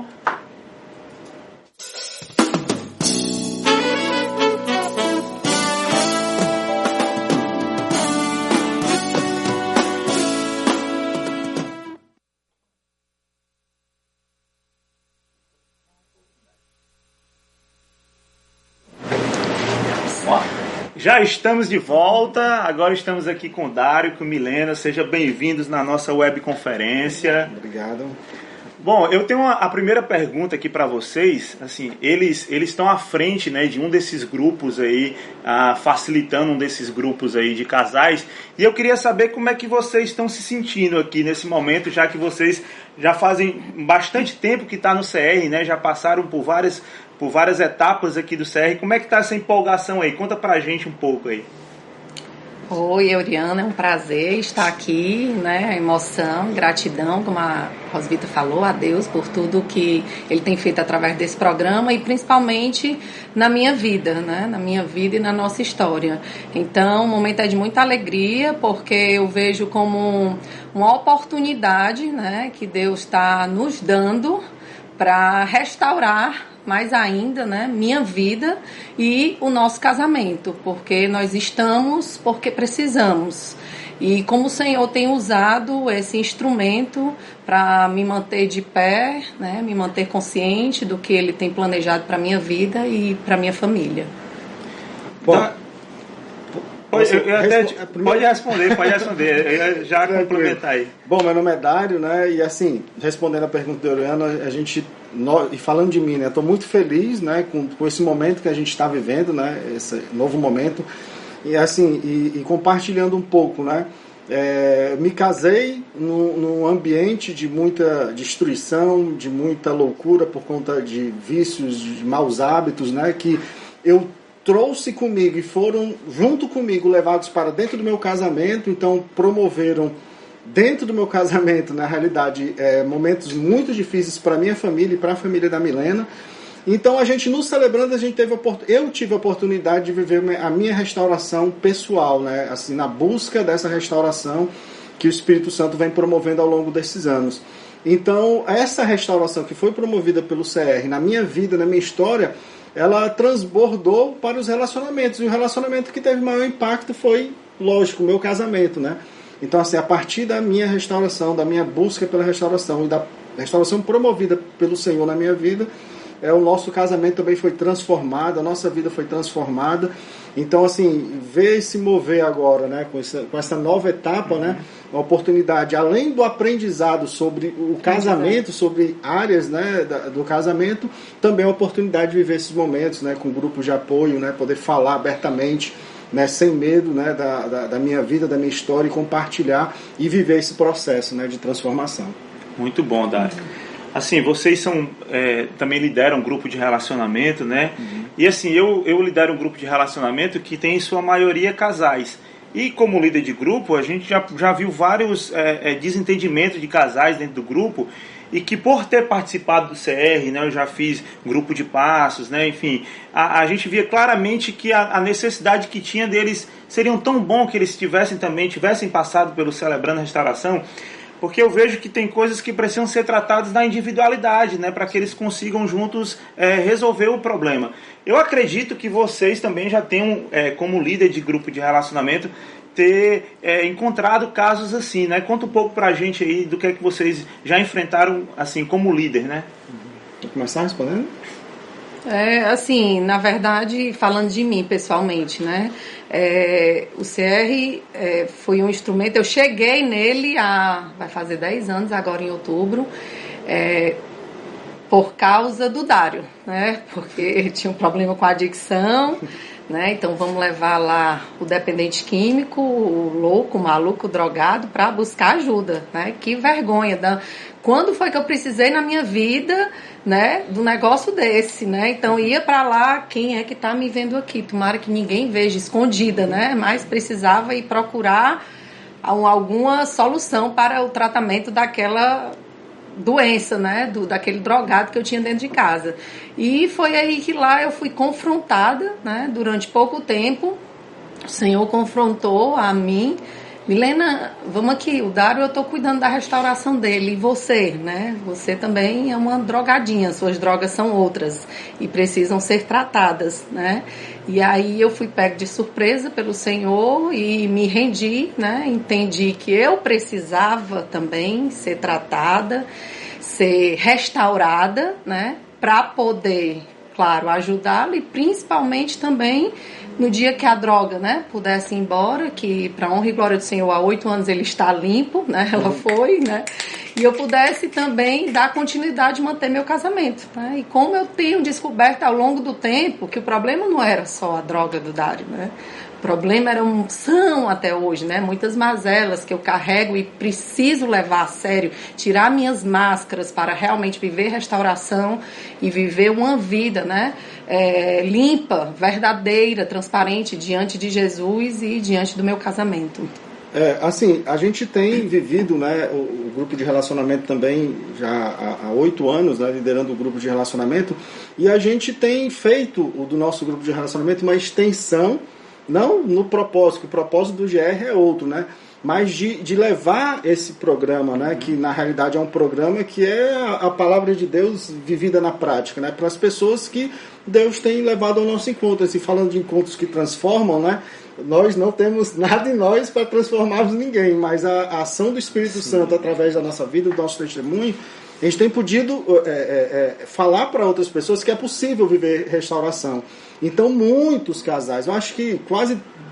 Já estamos de volta, agora estamos aqui com o Dário, com Milena, sejam bem-vindos na nossa webconferência. Obrigado. Bom, eu tenho uma, a primeira pergunta aqui para vocês, assim, eles eles estão à frente, né, de um desses grupos aí, ah, facilitando um desses grupos aí de casais, e eu queria saber como é que vocês estão se sentindo aqui nesse momento, já que vocês já fazem bastante tempo que está no C R, né, já passaram por várias... por várias etapas aqui do C R. Como é que está essa empolgação aí? Conta pra gente um pouco aí. Oi, Euriana, é um prazer estar aqui, né? Emoção, gratidão, como a Rosvita falou, a Deus por tudo que Ele tem feito através desse programa e principalmente na minha vida, né? Na minha vida e na nossa história. Então, o momento é de muita alegria, porque eu vejo como uma oportunidade, né? Que Deus está nos dando para restaurar mais ainda, né, minha vida e o nosso casamento, porque nós estamos, porque precisamos. E como o Senhor tem usado esse instrumento para me manter de pé, né, me manter consciente do que Ele tem planejado para a minha vida e para a minha família. Bom, Pode, eu, eu até, Respo... pode responder, pode responder, eu já complementar aí. Bom, meu nome é Dário, né, e assim, respondendo a pergunta do Oriano, a gente, nós, e falando de mim, né, estou muito feliz, né, com, com esse momento que a gente está vivendo, né, esse novo momento, e assim, e, e compartilhando um pouco, né, é, me casei num, num ambiente de muita destruição, de muita loucura por conta de vícios, de maus hábitos, né, que eu trouxe comigo e foram junto comigo levados para dentro do meu casamento, então promoveram dentro do meu casamento, na realidade, é, momentos muito difíceis para a minha família e para a família da Milena. Então a gente, nos celebrando, a gente teve eu tive a oportunidade de viver a minha restauração pessoal, né? Assim, na busca dessa restauração que o Espírito Santo vem promovendo ao longo desses anos. Então essa restauração que foi promovida pelo C R na minha vida, na minha história, ela transbordou para os relacionamentos. E o relacionamento que teve maior impacto foi, lógico, o meu casamento, né? Então, assim, a partir da minha restauração, da minha busca pela restauração e da restauração promovida pelo Senhor na minha vida, é, o nosso casamento também foi transformado, a nossa vida foi transformada. Então, assim, ver se mover agora, né, com essa, com essa nova etapa, uhum. né, uma oportunidade, além do aprendizado sobre o casamento, sobre áreas, né, da, do casamento, também a oportunidade de viver esses momentos, né, com grupos de apoio, né, poder falar abertamente, né, sem medo, né, da, da, da minha vida, da minha história, e compartilhar e viver esse processo, né, de transformação. Muito bom, Dário. Assim, vocês são, é, também lideram um grupo de relacionamento, né? Uhum. E assim, eu, eu lidero um grupo de relacionamento que tem em sua maioria casais. E como líder de grupo, a gente já, já viu vários é, é, desentendimentos de casais dentro do grupo, e que por ter participado do C R, né, eu já fiz grupo de passos, né, enfim, a, a gente via claramente que a, a necessidade que tinha deles seriam tão bom que eles tivessem também, tivessem passado pelo Celebrando a Restauração, porque eu vejo que tem coisas que precisam ser tratadas na individualidade, né, para que eles consigam juntos é, resolver o problema. Eu acredito que vocês também já tenham, é, como líder de grupo de relacionamento, ter é, encontrado casos assim, né? Conta um pouco pra gente aí do que é que vocês já enfrentaram, assim, como líder, né? Vou começar respondendo? É, assim, na verdade, falando de mim pessoalmente, né? É, o C R é, foi um instrumento, eu cheguei nele há, vai fazer dez anos, agora em outubro, é, por causa do Dário, né? Porque ele tinha um problema com a adicção, né? Então vamos levar lá o dependente químico, o louco, o maluco, o drogado, para buscar ajuda, né? Que vergonha. Da... Quando foi que eu precisei na minha vida, né, do negócio desse, né? Então ia para lá, quem é que tá me vendo aqui? Tomara que ninguém veja, escondida, né? Mas precisava ir procurar alguma solução para o tratamento daquela doença, né, do, daquele drogado que eu tinha dentro de casa. E foi aí que lá eu fui confrontada, né, durante pouco tempo. O Senhor confrontou a mim: Milena, vamos aqui, o Dário, eu estou cuidando da restauração dele, e você, né, você também é uma drogadinha, suas drogas são outras e precisam ser tratadas, né. E aí eu fui pego de surpresa pelo Senhor e me rendi, né? Entendi que eu precisava também ser tratada, ser restaurada, né? Para poder, claro, ajudá-lo, e principalmente também no dia que a droga, né, pudesse ir embora, que para honra e glória do Senhor, há oito anos ele está limpo, né? Ela foi, né? E eu pudesse também dar continuidade e manter meu casamento, né? E como eu tenho descoberto ao longo do tempo que o problema não era só a droga do Dário, né? O problema eram, são até hoje, né? Muitas mazelas que eu carrego e preciso levar a sério, tirar minhas máscaras para realmente viver restauração e viver uma vida, né? É, limpa, verdadeira, transparente diante de Jesus e diante do meu casamento. É, assim, a gente tem vivido, né, o, o grupo de relacionamento também já há oito anos, né, liderando o grupo de relacionamento, e a gente tem feito o do nosso grupo de relacionamento uma extensão, não no propósito, que o propósito do G R é outro, né, mas de, de levar esse programa, né, que na realidade é um programa que é a, a palavra de Deus vivida na prática, né, para as pessoas que Deus tem levado ao nosso encontro. Assim, falando de encontros que transformam, né, nós não temos nada em nós para transformarmos ninguém, mas a, a ação do Espírito Sim. Santo através da nossa vida, do nosso testemunho, a gente tem podido é, é, é, falar para outras pessoas que é possível viver restauração. Então muitos casais, eu acho que quase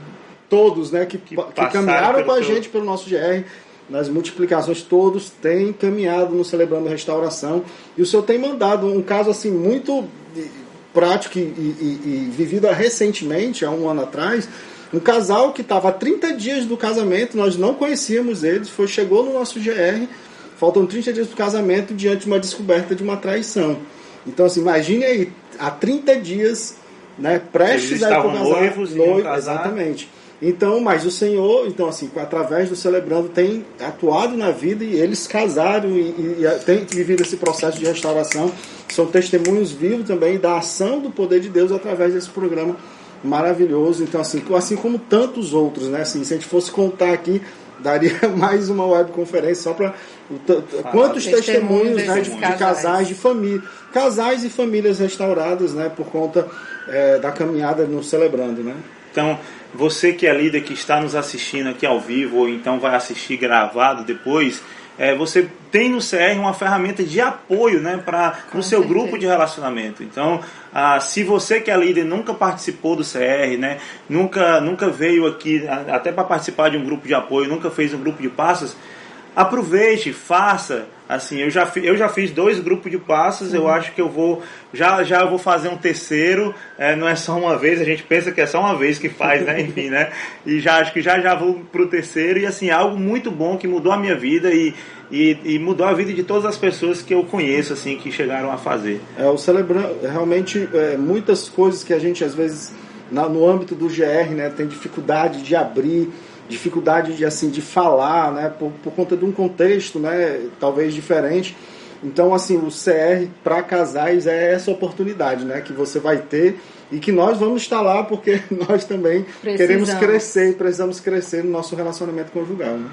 todos, né, que, que, que caminharam com a todo. gente pelo nosso G R, nas multiplicações, todos têm caminhado no Celebrando Restauração. E o Senhor tem mandado um caso assim muito prático e, e, e vivido recentemente, há um ano atrás, um casal que estava há trinta dias do casamento, nós não conhecíamos eles, foi, chegou no nosso G R, faltam trinta dias do casamento diante de uma descoberta de uma traição. Então, assim, imagine aí, há trinta dias, né, prestes a ir para o casar, noivos, noivo, exatamente. Então, mas o Senhor, então assim, através do Celebrando, tem atuado na vida e eles casaram e, e, e têm vivido esse processo de restauração. São testemunhos vivos também da ação do poder de Deus através desse programa maravilhoso. Então, assim, assim como tantos outros, né? Assim, se a gente fosse contar aqui, daria mais uma webconferência só para quantos testemunhos, né, de, de casais, de família, casais e famílias restauradas, né, por conta é, da caminhada no Celebrando, né? Então, você que é líder, que está nos assistindo aqui ao vivo, ou então vai assistir gravado depois, é, você tem no C R uma ferramenta de apoio, né, para no seu certeza. Grupo de relacionamento. Então, ah, se você que é líder nunca participou do C R, né, nunca, nunca veio aqui até para participar de um grupo de apoio, nunca fez um grupo de passos, aproveite, faça. Assim, eu já, eu já fiz dois grupos de passos, uhum. eu acho que eu vou já, já eu vou fazer um terceiro, é, não é só uma vez, a gente pensa que é só uma vez que faz, né, enfim, né, e já acho que já, já vou pro terceiro, e assim, algo muito bom que mudou a minha vida e, e, e mudou a vida de todas as pessoas que eu conheço, assim, que chegaram a fazer. É, o Celebrando, realmente, é, muitas coisas que a gente, às vezes, na, no âmbito do G R, né, tem dificuldade de abrir, dificuldade de, assim, de falar, né, por, por conta de um contexto, né, talvez diferente. Então, assim, o C R para casais é essa oportunidade, né, que você vai ter e que nós vamos estar lá porque nós também precisamos. Queremos crescer e precisamos crescer no nosso relacionamento conjugal, né?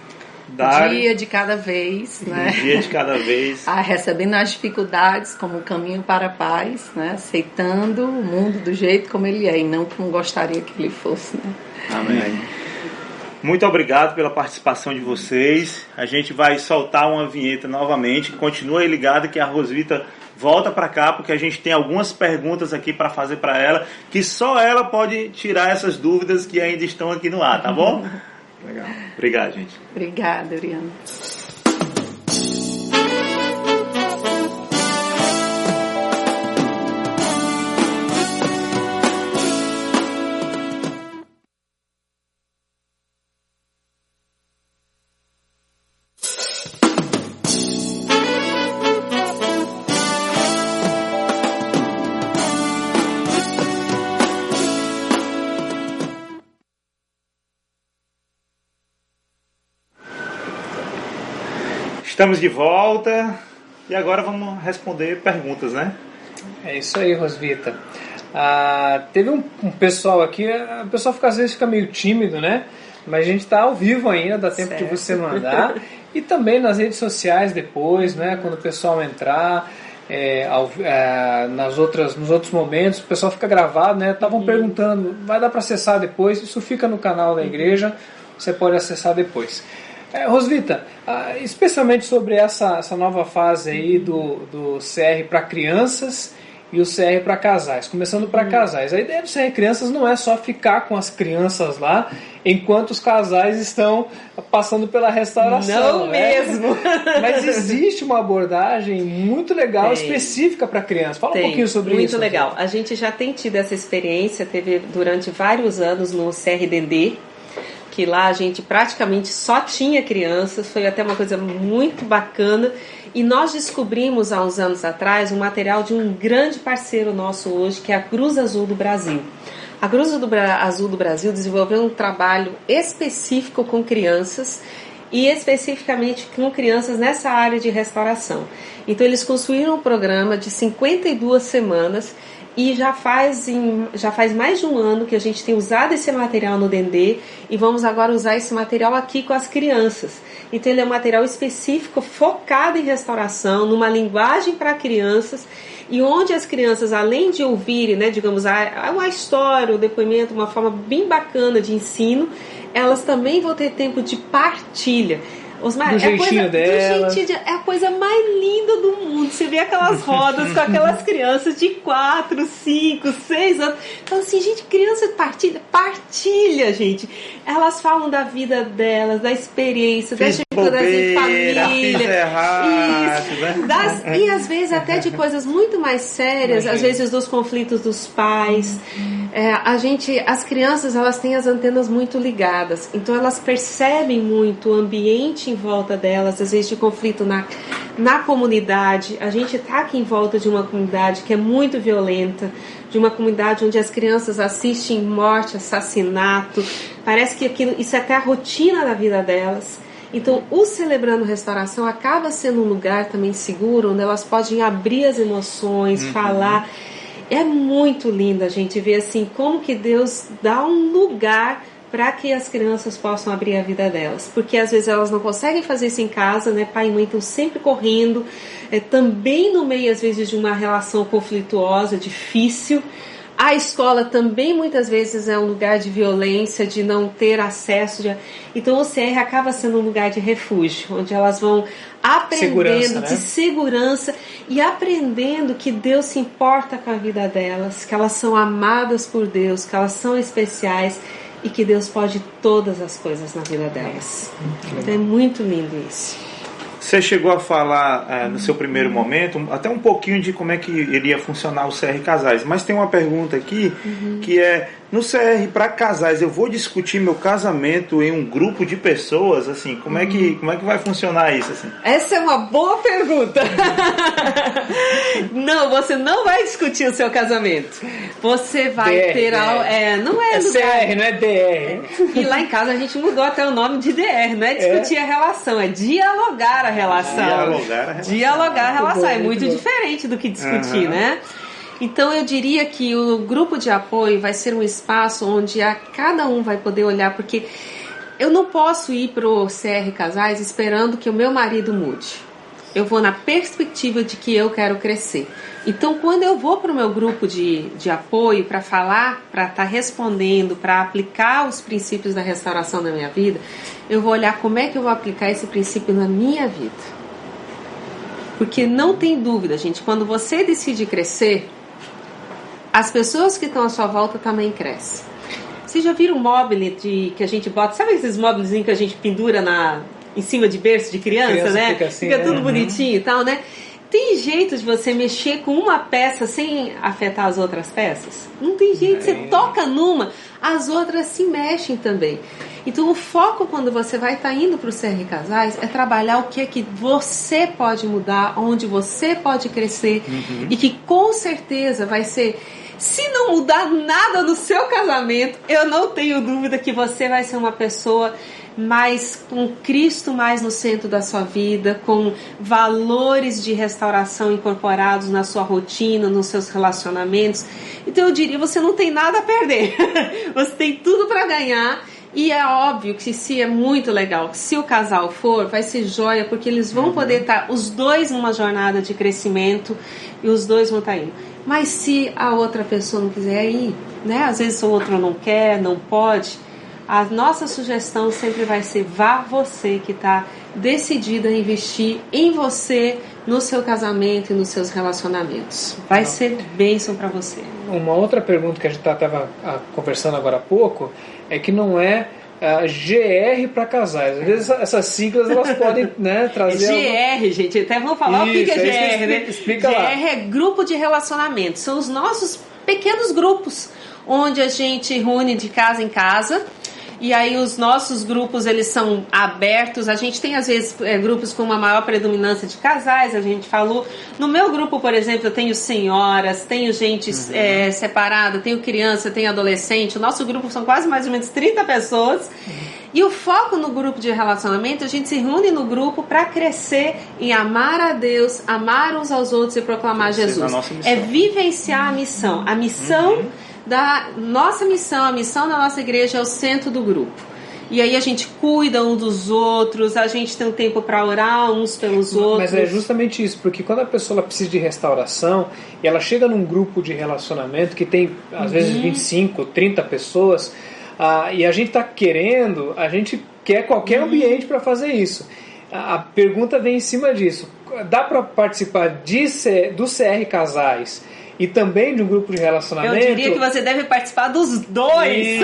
Dar... dia de cada vez, né? Um dia de cada vez. Ah, recebendo as dificuldades como um caminho para a paz, né? Aceitando o mundo do jeito como ele é e não como gostaria que ele fosse, né? Amém. Muito obrigado pela participação de vocês. A gente vai soltar uma vinheta novamente. Continua aí ligado que a Rosvita volta para cá, porque a gente tem algumas perguntas aqui para fazer para ela, que só ela pode tirar essas dúvidas que ainda estão aqui no ar, tá bom? Legal. Obrigado, gente. Obrigada, Oriana. Estamos de volta e agora vamos responder perguntas, né? É isso aí, Rosvita. Ah, teve um, um pessoal aqui, o pessoal fica, às vezes fica meio tímido, né? Mas a gente está ao vivo ainda, dá tempo certo. De você mandar. E também nas redes sociais depois, né? Quando o pessoal entrar, é, ao, é, nas outras, nos outros momentos, o pessoal fica gravado, né? Estavam uhum. perguntando, vai dar para acessar depois? Isso fica no canal da igreja, você pode acessar depois. É, Rosvita, ah, especialmente sobre essa, essa nova fase aí do, do C R para crianças e o C R para casais. Começando para hum. casais. A ideia do C R Crianças não é só ficar com as crianças lá enquanto os casais estão passando pela restauração. Não né? mesmo. Mas existe uma abordagem muito legal, tem. Específica para crianças. Fala tem. um pouquinho sobre muito isso. Muito legal. A gente já tem tido essa experiência, teve durante vários anos no C R D D, que lá a gente praticamente só tinha crianças, foi até uma coisa muito bacana, e nós descobrimos há uns anos atrás um material de um grande parceiro nosso hoje, que é a Cruz Azul do Brasil. A Cruz Azul do Brasil desenvolveu um trabalho específico com crianças, e especificamente com crianças nessa área de restauração. Então eles construíram um programa de cinquenta e duas semanas, e já faz, em, já faz mais de um ano que a gente tem usado esse material no Dendê e vamos agora usar esse material aqui com as crianças. Então ele é um material específico, focado em restauração, numa linguagem para crianças, e onde as crianças, além de ouvirem, né, digamos, a, a história, o depoimento, uma forma bem bacana de ensino, elas também vão ter tempo de partilha. Os mais, do é jeitinho coisa, dela. do jeitinho de, é a coisa mais linda do mundo. Você vê aquelas rodas com aquelas crianças de quatro, cinco, seis anos. Então, assim, gente, criança partilha, partilha, gente. Elas falam da vida delas, da experiência, das dificuldades em família. Errado, isso, né? das, e às vezes até de coisas muito mais sérias, às vezes dos conflitos dos pais. É, a gente, as crianças, elas têm as antenas muito ligadas, então elas percebem muito o ambiente em volta delas, às vezes de conflito na, na comunidade. A gente está aqui em volta de uma comunidade que é muito violenta, de uma comunidade onde as crianças assistem morte, assassinato, parece que aquilo, isso é até a rotina da vida delas. Então o Celebrando Restauração acaba sendo um lugar também seguro, onde elas podem abrir as emoções, uhum. falar. É muito lindo a gente ver assim como que Deus dá um lugar para que as crianças possam abrir a vida delas, porque às vezes elas não conseguem fazer isso em casa, né? Pai e mãe estão sempre correndo, é, também no meio às vezes de uma relação conflituosa, difícil. A escola também muitas vezes é um lugar de violência, de não ter acesso. De... Então o C R acaba sendo um lugar de refúgio, onde elas vão aprendendo segurança, né? de segurança e aprendendo que Deus se importa com a vida delas, que elas são amadas por Deus, que elas são especiais e que Deus pode todas as coisas na vida delas. Então é muito lindo isso. Você chegou a falar é, no seu primeiro momento até um pouquinho de como é que iria funcionar o C R Casais, mas tem uma pergunta aqui uhum. que é: no C R para casais eu vou discutir meu casamento em um grupo de pessoas, assim, como uhum. é que como é que vai funcionar isso assim? Essa é uma boa pergunta. Não, você não vai discutir o seu casamento. Você vai D R, ter a, é, não é, é C R, não é D R. E lá em casa a gente mudou até o nome de D R, não é discutir é. a relação, é dialogar a relação. Dialogar a relação. Dialogar a relação, muito é bom, muito, muito diferente do que discutir, uhum. né? Então eu diria que o grupo de apoio vai ser um espaço onde a, cada um vai poder olhar, porque eu não posso ir para o C R Casais esperando que o meu marido mude. Eu vou na perspectiva de que eu quero crescer. Então quando eu vou para o meu grupo de, de apoio para falar, para estar tá respondendo, para aplicar os princípios da restauração na minha vida, eu vou olhar como é que eu vou aplicar esse princípio na minha vida. Porque não tem dúvida, gente, quando você decide crescer, as pessoas que estão à sua volta também crescem. Vocês já viram um móvel de, que a gente bota, sabe esses móveis que a gente pendura na, em cima de berço de criança, criança né? Fica, assim, fica tudo né? bonitinho e tal, né? Tem jeito de você mexer com uma peça sem afetar as outras peças? Não tem jeito, você toca numa, as outras se mexem também. Então o foco quando você vai estar tá indo para o C R Casais é trabalhar o que é que você pode mudar, onde você pode crescer uhum. e que com certeza vai ser, se não mudar nada no seu casamento, eu não tenho dúvida que você vai ser uma pessoa mais com Cristo mais no centro da sua vida, com valores de restauração incorporados na sua rotina, nos seus relacionamentos. Então eu diria, você não tem nada a perder, você tem tudo para ganhar. E é óbvio que se é muito legal, se o casal for, vai ser joia, porque eles vão uhum. poder estar os dois numa jornada de crescimento e os dois vão estar indo. Mas se a outra pessoa não quiser ir, né? Às vezes o outro não quer, não pode, a nossa sugestão sempre vai ser: vá você que está decidida a investir em você, no seu casamento e nos seus relacionamentos. Vai ser bênção para você. Uma outra pergunta que a gente estava conversando agora há pouco é que não é uh, G R para casais. Às vezes essas siglas elas podem né, trazer... É G R, algum... gente. Até vamos falar isso, o que é G R, explica, né? Explica G R lá. é grupo de relacionamento. São os nossos pequenos grupos, onde a gente reúne de casa em casa. E aí os nossos grupos, eles são abertos. A gente tem, às vezes, é, grupos com uma maior predominância de casais, a gente falou. No meu grupo, por exemplo, eu tenho senhoras, tenho gente uhum. é, separada, tenho criança, tenho adolescente. O nosso grupo são quase mais ou menos trinta pessoas. Uhum. E o foco no grupo de relacionamento, a gente se reúne no grupo para crescer em amar a Deus, amar uns aos outros e proclamar Jesus. É vivenciar a missão. A missão... Uhum. da nossa missão, a missão da nossa igreja é o centro do grupo. E aí a gente cuida um dos outros, a gente tem um tempo para orar uns pelos outros. Mas é justamente isso, porque quando a pessoa ela precisa de restauração e ela chega num grupo de relacionamento que tem às uhum. vezes vinte e cinco, trinta pessoas, ah, e a gente está querendo, a gente quer qualquer uhum. ambiente para fazer isso. a pergunta vem em cima disso. Dá para participar de C, do C R Casais e também de um grupo de relacionamento? Eu diria que você deve participar dos dois.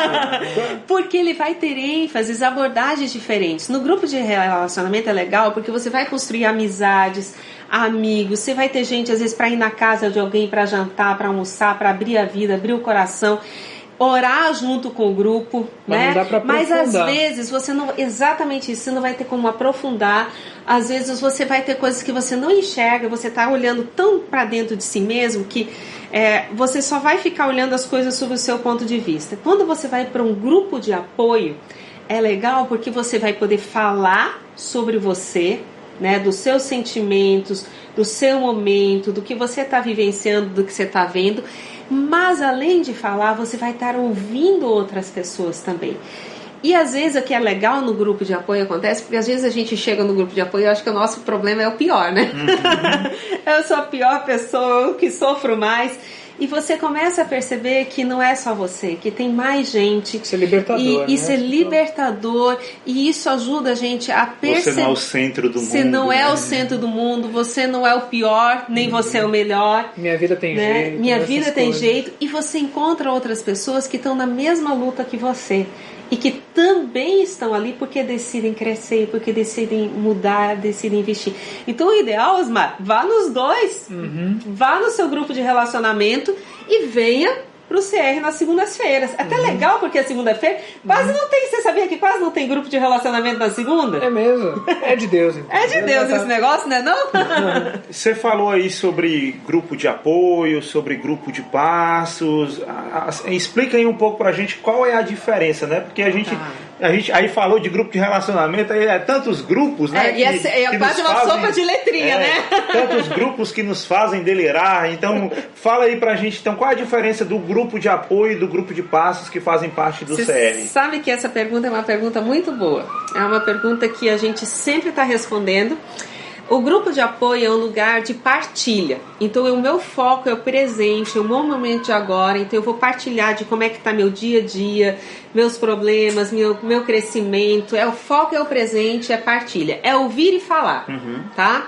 Porque ele vai ter ênfases, abordagens diferentes. No grupo de relacionamento é legal porque você vai construir amizades, amigos, você vai ter gente às vezes para ir na casa de alguém, para jantar, para almoçar, para abrir a vida, abrir o coração, orar junto com o grupo, mas né? Não dá pra Mas aprofundar. às vezes você não, exatamente isso, você não vai ter como aprofundar. Às vezes você vai ter coisas que você não enxerga, você está olhando tão para dentro de si mesmo que é, você só vai ficar olhando as coisas sob o seu ponto de vista. Quando você vai para um grupo de apoio, é legal porque você vai poder falar sobre você, né, dos seus sentimentos, do seu momento, do que você está vivenciando, do que você está vendo. Mas além de falar, você vai estar ouvindo outras pessoas também. E às vezes o que é legal no grupo de apoio acontece, porque às vezes a gente chega no grupo de apoio e acha que o nosso problema é o pior, né? Uhum. Eu sou a pior pessoa, eu que sofro mais. E você começa a perceber que não é só você, que tem mais gente. Isso é libertador. E né? isso é libertador. E isso ajuda a gente a perceber. Você não é o centro do mundo. Você não é né? o centro do mundo, você não é o pior, nem uhum. você é o melhor. Minha vida tem né? jeito. Minha vida tem coisas. jeito. E você encontra outras pessoas que estão na mesma luta que você. E que também estão ali porque decidem crescer, porque decidem mudar, decidem investir. Então o ideal, Osmar, vá nos dois. Uhum. Vá no seu grupo de relacionamento e venha pro C R nas segundas-feiras. Até uhum. legal, porque a segunda-feira quase uhum. não tem, você sabia que quase não tem grupo de relacionamento na segunda? É mesmo, é de Deus. Então. É de Deus esse negócio, né não? Você falou aí sobre grupo de apoio, sobre grupo de passos. Explica aí um pouco pra gente qual é a diferença, né? Porque a gente, ah. a gente aí falou de grupo de relacionamento, aí é tantos grupos, né? É, que, e é, é quase uma fazem, sopa de letrinha, é, né? Tantos grupos que nos fazem delirar. Então, fala aí pra gente, então, qual é a diferença do grupo grupo de apoio e do grupo de passos que fazem parte do Cê C R? Sabe que essa pergunta é uma pergunta muito boa. É uma pergunta que a gente sempre está respondendo. O grupo de apoio é um lugar de partilha. Então o meu foco é o presente, é o meu momento de agora. Então eu vou partilhar de como é que está meu dia a dia, meus problemas, meu, meu crescimento. É o foco é o presente, é partilha. É ouvir e falar, uhum. tá?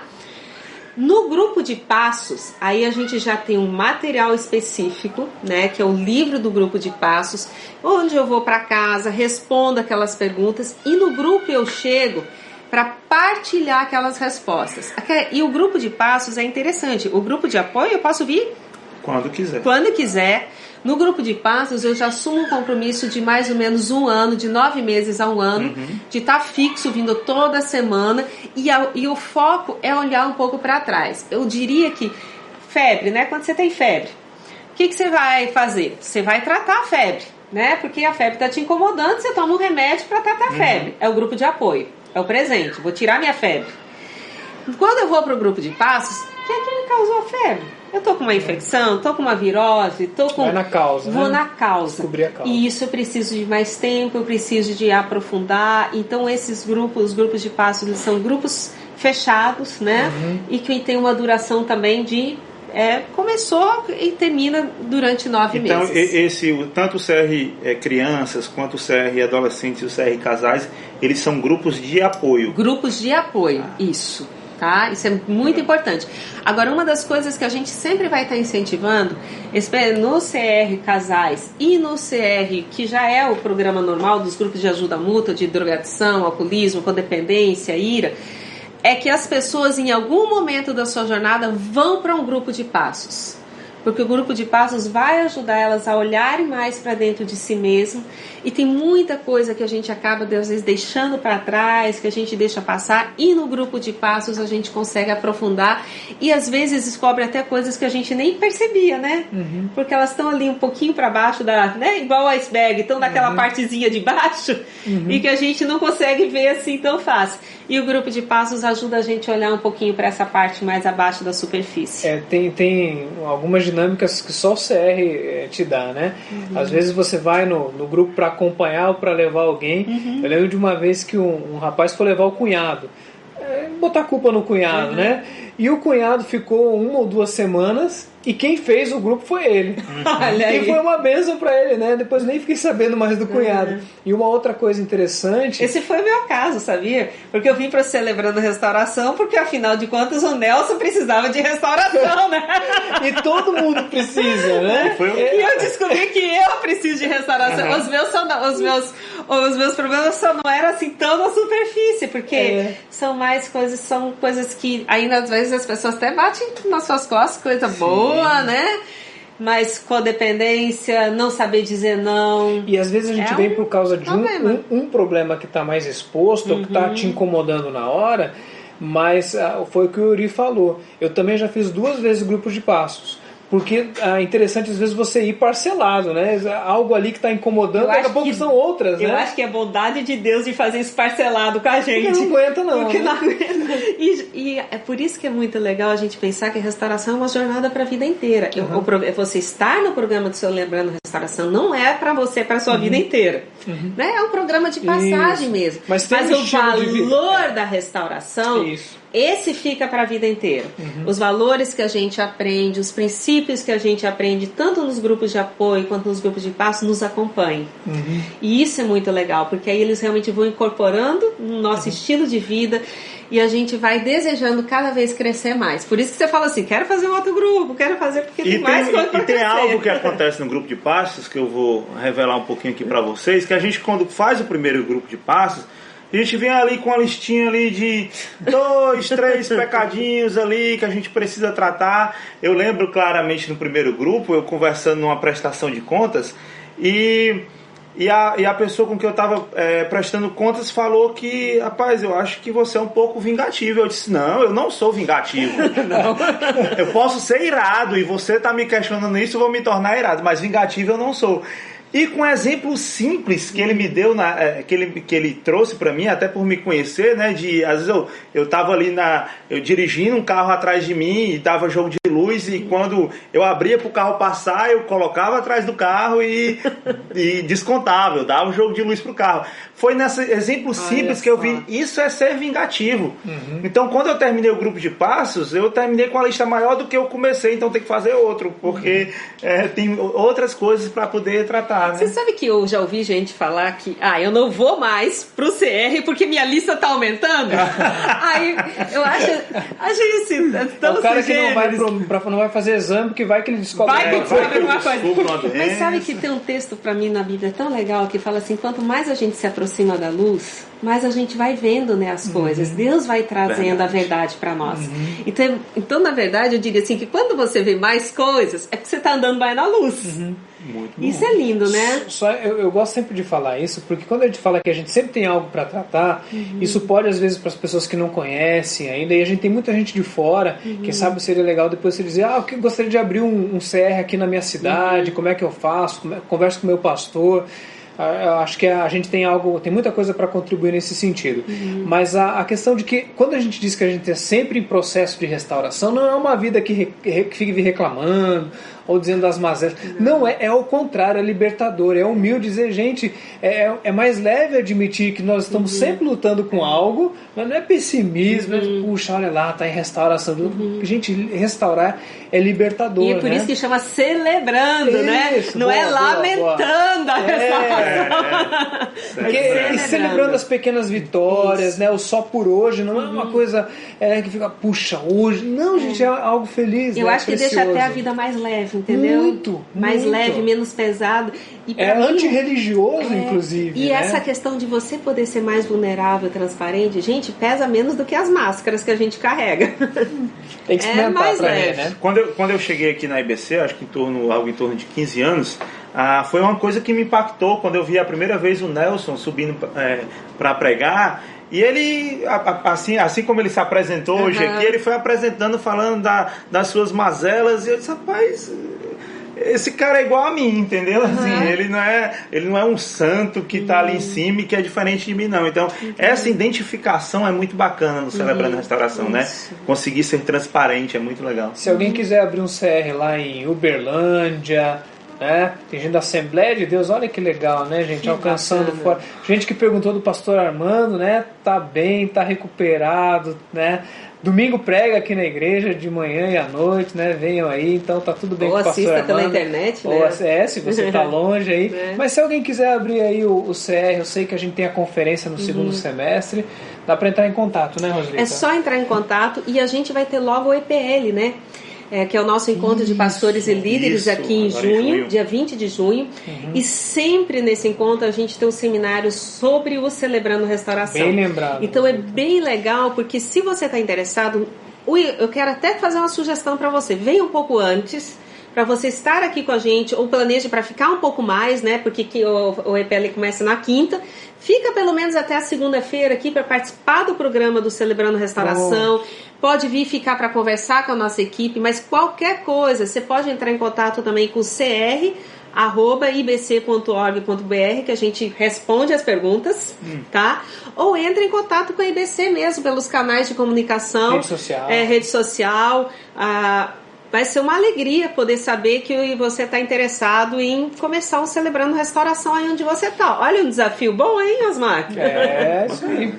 No grupo de passos, aí a gente já tem um material específico, né, que é o livro do grupo de passos, onde eu vou para casa, respondo aquelas perguntas e no grupo eu chego para partilhar aquelas respostas. E o grupo de passos é interessante. O grupo de apoio eu posso vir quando quiser. Quando quiser. No grupo de passos eu já assumo um compromisso de mais ou menos um ano, de nove meses a um ano, uhum. de estar fixo, vindo toda semana, e, a, e o foco é olhar um pouco para trás. Eu diria que febre, né? Quando você tem febre, o que, que você vai fazer? Você vai tratar a febre, né? Porque a febre está te incomodando, você toma um remédio para tratar a febre. Uhum. É o grupo de apoio, é o presente, vou tirar minha febre. Quando eu vou para o grupo de passos, o que é que me causou a febre? Eu tô com uma infecção, tô com uma virose, tô com... Vai na causa, Vou né? na causa. Descobrir a causa. E isso eu preciso de mais tempo, eu preciso de aprofundar. Então esses grupos, os grupos de passos, eles são grupos fechados, né? Uhum. E que tem uma duração também de... É, começou e termina durante nove então, meses. Então, esse, tanto o C R é, crianças, quanto o C R adolescentes e o C R casais, eles são grupos de apoio. Grupos de apoio, ah. isso. Tá? Isso é muito importante. Agora, uma das coisas que a gente sempre vai estar incentivando no C R Casais e no C R, que já é o programa normal dos grupos de ajuda mútua, de drogadição, alcoolismo, codependência, ira, é que as pessoas em algum momento da sua jornada vão para um grupo de passos. Porque o grupo de passos vai ajudar elas a olharem mais para dentro de si mesmo. E tem muita coisa que a gente acaba, às vezes, deixando para trás, que a gente deixa passar. E no grupo de passos a gente consegue aprofundar. E às vezes descobre até coisas que a gente nem percebia, né? Uhum. Porque elas estão ali um pouquinho para baixo, da, né? Igual o iceberg, estão naquela uhum. partezinha de baixo. Uhum. E que a gente não consegue ver assim tão fácil. E o grupo de passos ajuda a gente a olhar um pouquinho para essa parte mais abaixo da superfície. É, tem, tem algumas dinâmicas que só o C R te dá, né? Uhum. Às vezes você vai no, no grupo para acompanhar ou para levar alguém. Uhum. Eu lembro de uma vez que um, um rapaz foi levar o cunhado. É, botar a culpa no cunhado, uhum. né? E o cunhado ficou uma ou duas semanas e quem fez o grupo foi ele. Olha aí. E foi uma bênção para ele, né? Depois nem fiquei sabendo mais do cunhado. Uhum. E uma outra coisa interessante... Esse foi o meu caso, sabia? Porque eu vim para Celebrando Restauração, porque afinal de contas o Nelson precisava de restauração, né? E todo mundo precisa, né? E, e eu descobri que eu preciso de restauração. Uhum. Os meus, são, os, meus, os meus problemas só não eram assim tão na superfície, porque é. são mais coisas, são coisas que ainda às vezes as pessoas até batem nas suas costas, coisa Sim. boa, né? Mas codependência, não saber dizer não. E às vezes a gente é vem um por causa de um problema, um, um problema que está mais exposto, uhum. ou que está te incomodando na hora, mas uh, foi o que o Yuri falou. Eu também já fiz duas vezes grupos de passos. Porque é interessante às vezes você ir parcelado, né? Algo ali que está incomodando, daqui a pouco que, são outras, eu né? Eu acho que é bondade de Deus de fazer isso parcelado com a gente. Porque não aguenta não. Porque né? não aguenta. E, e é por isso que é muito legal a gente pensar que a restauração é uma jornada para a vida inteira. Uhum. O, você estar no programa do Celebrando Restauração não é para você, é para a sua uhum. vida inteira. Uhum. Né? É um programa de passagem isso. mesmo. Mas, tem Mas um o valor de... da restauração... Isso. Esse fica para a vida inteira. Uhum. Os valores que a gente aprende, os princípios que a gente aprende, tanto nos grupos de apoio quanto nos grupos de passo, nos acompanham. Uhum. E isso é muito legal, porque aí eles realmente vão incorporando no nosso uhum. estilo de vida e a gente vai desejando cada vez crescer mais. Por isso que você fala assim, quero fazer um outro grupo, quero fazer porque tem, tem mais coisa para crescer. E tem algo que acontece no grupo de passos, que eu vou revelar um pouquinho aqui para vocês, que a gente quando faz o primeiro grupo de passos, a gente vem ali com uma listinha ali de dois, três pecadinhos ali que a gente precisa tratar. Eu lembro claramente no primeiro grupo, eu conversando numa prestação de contas, e, e, a, e a pessoa com quem eu estava é, prestando contas falou que, rapaz, eu acho que você é um pouco vingativo. Eu disse, não, eu não sou vingativo. Não. Eu posso ser irado, e você está me questionando isso, eu vou me tornar irado, mas vingativo eu não sou. E com exemplos simples que ele me deu, na, que, ele, que ele trouxe para mim, até por me conhecer, né? De, às vezes eu, eu tava ali na, eu dirigindo um carro atrás de mim e dava jogo de luz, e quando eu abria pro carro passar, eu colocava atrás do carro e, e descontava, eu dava o jogo de luz pro carro. Foi nesse exemplo simples que eu vi, isso é ser vingativo. Uhum. Então quando eu terminei o grupo de passos, eu terminei com a lista maior do que eu comecei, então tem que fazer outro, porque uhum. é, tem outras coisas para poder tratar. Né? Você sabe que eu já ouvi gente falar que ah, eu não vou mais pro C R porque minha lista tá aumentando? Aí eu acho, acho assim, é o cara que não vai, pro, pra, não vai fazer exame, que vai que ele descobre vai é, que vai que alguma coisa. Mas sabe que tem um texto pra mim na Bíblia tão legal que fala assim, quanto mais a gente se aproxima da luz, mais a gente vai vendo, né, as coisas. Uhum. Deus vai trazendo verdade. a verdade para nós. Uhum. Então, então, na verdade, eu diria assim, que quando você vê mais coisas, é porque você tá andando mais na luz. Uhum. Muito isso bom. É lindo, né? Só, eu, eu gosto sempre de falar isso, porque quando a gente fala que a gente sempre tem algo para tratar, uhum. isso pode, às vezes, para as pessoas que não conhecem ainda, e a gente tem muita gente de fora, uhum. quem sabe seria legal depois você dizer, ah, eu gostaria de abrir um, um C R aqui na minha cidade, uhum. como é que eu faço, como é, converso com o meu pastor. Eu acho que a gente tem algo, tem muita coisa para contribuir nesse sentido. Uhum. Mas a, a questão de que, quando a gente diz que a gente é sempre em processo de restauração, não é uma vida que, re, que fique reclamando ou dizendo das mazelas. Uhum. Não, é, é ao contrário, é libertador, é humilde dizer, gente, é, é mais leve admitir que nós estamos uhum. sempre lutando com algo, mas não é pessimismo, uhum. é, puxa, olha lá, está em restauração. Uhum. Gente, restaurar é libertador. E é por né? isso que chama celebrando, isso, né? Não boa, é lamentando boa. a restauração. É, é. Porque, é e celebrando as pequenas vitórias, isso. né? O só por hoje, não é uma uhum. coisa é, que fica, puxa, hoje. Não, gente, é algo feliz. Eu né? acho que Precioso. deixa até a vida mais leve, entendeu? Muito. Mais muito. leve, menos pesado. E é mim, antirreligioso, é, inclusive. E né? essa questão de você poder ser mais vulnerável, transparente, gente, pesa menos do que as máscaras que a gente carrega. Tem que é mais leve. Ver, né? Quando eu, quando eu cheguei aqui na I B C, acho que em torno, algo em torno de quinze anos, ah, foi uma coisa que me impactou quando eu vi a primeira vez o Nelson subindo é, para pregar. E ele, assim, assim como ele se apresentou uhum. hoje aqui, ele foi apresentando, falando da, das suas mazelas, e eu disse, rapaz, esse cara é igual a mim, entendeu? Uhum. Assim, ele, não é, ele não é um santo que está uhum. ali em cima e que é diferente de mim, não. Então, uhum. essa identificação é muito bacana no Celebrando uhum. Restauração, Isso. né? Conseguir ser transparente é muito legal. Se alguém quiser abrir um C R lá em Uberlândia... né? Tem gente da Assembleia de Deus, olha que legal, né, gente? Que alcançando bacana. Fora. Gente que perguntou do pastor Armando, né? Tá bem, tá recuperado, né? Domingo prega aqui na igreja, de manhã e à noite, né? Venham aí, então tá tudo bem ou com o pastor assista pela Armando. internet, né? Ou é, se você tá longe aí. É. Mas se alguém quiser abrir aí o, o C R, eu sei que a gente tem a conferência no uhum. segundo semestre, dá para entrar em contato, né, Rosvita? É só entrar em contato e a gente vai ter logo o E P L, né? É, que é o nosso encontro isso, de pastores e líderes isso, aqui em junho, em junho, dia vinte de junho. Uhum. E sempre nesse encontro a gente tem um seminário sobre o Celebrando Restauração. Bem lembrado. Então é bem legal, porque se você está interessado, eu quero até fazer uma sugestão para você. Venha um pouco antes, para você estar aqui com a gente, ou planeje para ficar um pouco mais, né? Porque que o, o E P L começa na quinta. Fica pelo menos até a segunda-feira aqui para participar do programa do Celebrando Restauração. Oh. Pode vir ficar para conversar com a nossa equipe, mas qualquer coisa, você pode entrar em contato também com o c r arroba i b c ponto org ponto b r, que a gente responde as perguntas, hum. tá? Ou entre em contato com a I B C mesmo, pelos canais de comunicação. Rede social. É, rede social. Ah, vai ser uma alegria poder saber que você está interessado em começar o Celebrando Restauração aí onde você está. Olha um desafio bom, hein, Osmar? É, isso aí.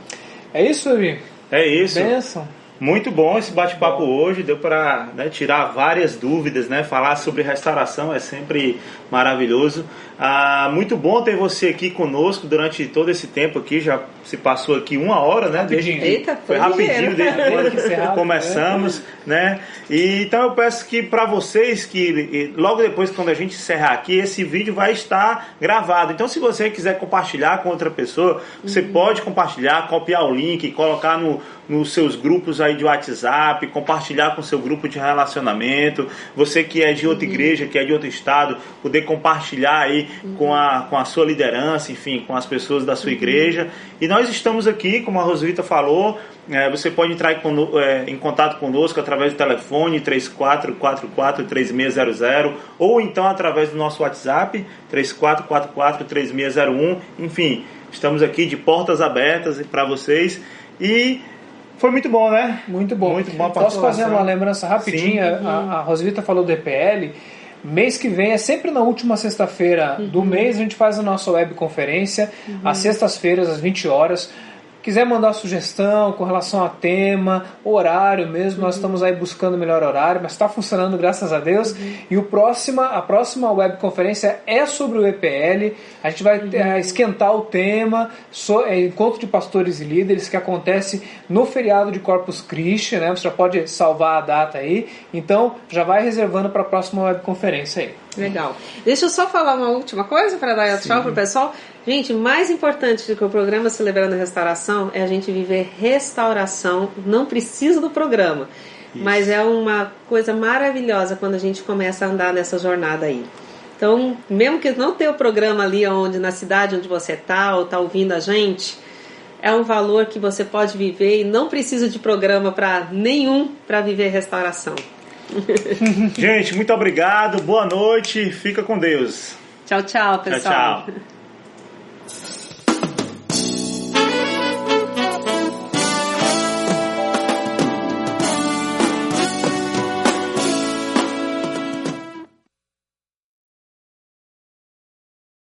É isso, Davi? É isso. Bênção. Muito bom esse bate-papo hoje, deu para, né, tirar várias dúvidas, né? Falar sobre restauração é sempre maravilhoso. Ah, muito bom ter você aqui conosco durante todo esse tempo aqui, já se passou aqui uma hora, né? Desde desde Eita, foi rapidinho desde quando começamos, né? E então eu peço que para vocês que logo depois quando a gente encerrar aqui, esse vídeo vai estar gravado. Então se você quiser compartilhar com outra pessoa, você uhum. pode compartilhar, copiar o link, colocar no nos seus grupos aí de WhatsApp, compartilhar com o seu grupo de relacionamento, você que é de outra uhum. igreja, que é de outro estado, poder compartilhar aí uhum. com, a, com a sua liderança, enfim, com as pessoas da sua uhum. igreja. E nós estamos aqui, como a Rosvita falou, é, você pode entrar em, é, em contato conosco através do telefone três quatro quatro quatro, três seis zero zero ou então através do nosso WhatsApp três quatro quatro quatro, três seis zero um. Enfim, estamos aqui de portas abertas para vocês e foi muito bom, né? Muito bom. Muito bom. Posso fazer uma lembrança rapidinha? Sim. A, a Rosvita falou do E P L. Mês que vem, é sempre na última sexta-feira uhum. do mês, a gente faz a nossa webconferência, uhum. às sextas-feiras, às vinte horas. Quiser mandar sugestão com relação a tema, horário mesmo, uhum. nós estamos aí buscando o melhor horário, mas está funcionando, graças a Deus. Uhum. E o próxima, a próxima webconferência é sobre o E P L. A gente vai uhum. esquentar o tema, so, é, Encontro de Pastores e Líderes, que acontece no feriado de Corpus Christi, né? Você já pode salvar a data aí. Então, já vai reservando para a próxima webconferência aí. Legal. Deixa eu só falar uma última coisa para dar tchau pro pessoal. Gente, mais importante do que o programa Celebrando Restauração é a gente viver restauração. Não precisa do programa, isso. mas é uma coisa maravilhosa quando a gente começa a andar nessa jornada aí. Então, mesmo que não tenha o programa ali onde, na cidade onde você está ou está ouvindo a gente, é um valor que você pode viver e não precisa de programa para nenhum para viver restauração. Gente, muito obrigado, boa noite, fica com Deus. Tchau, tchau, pessoal. Tchau, tchau.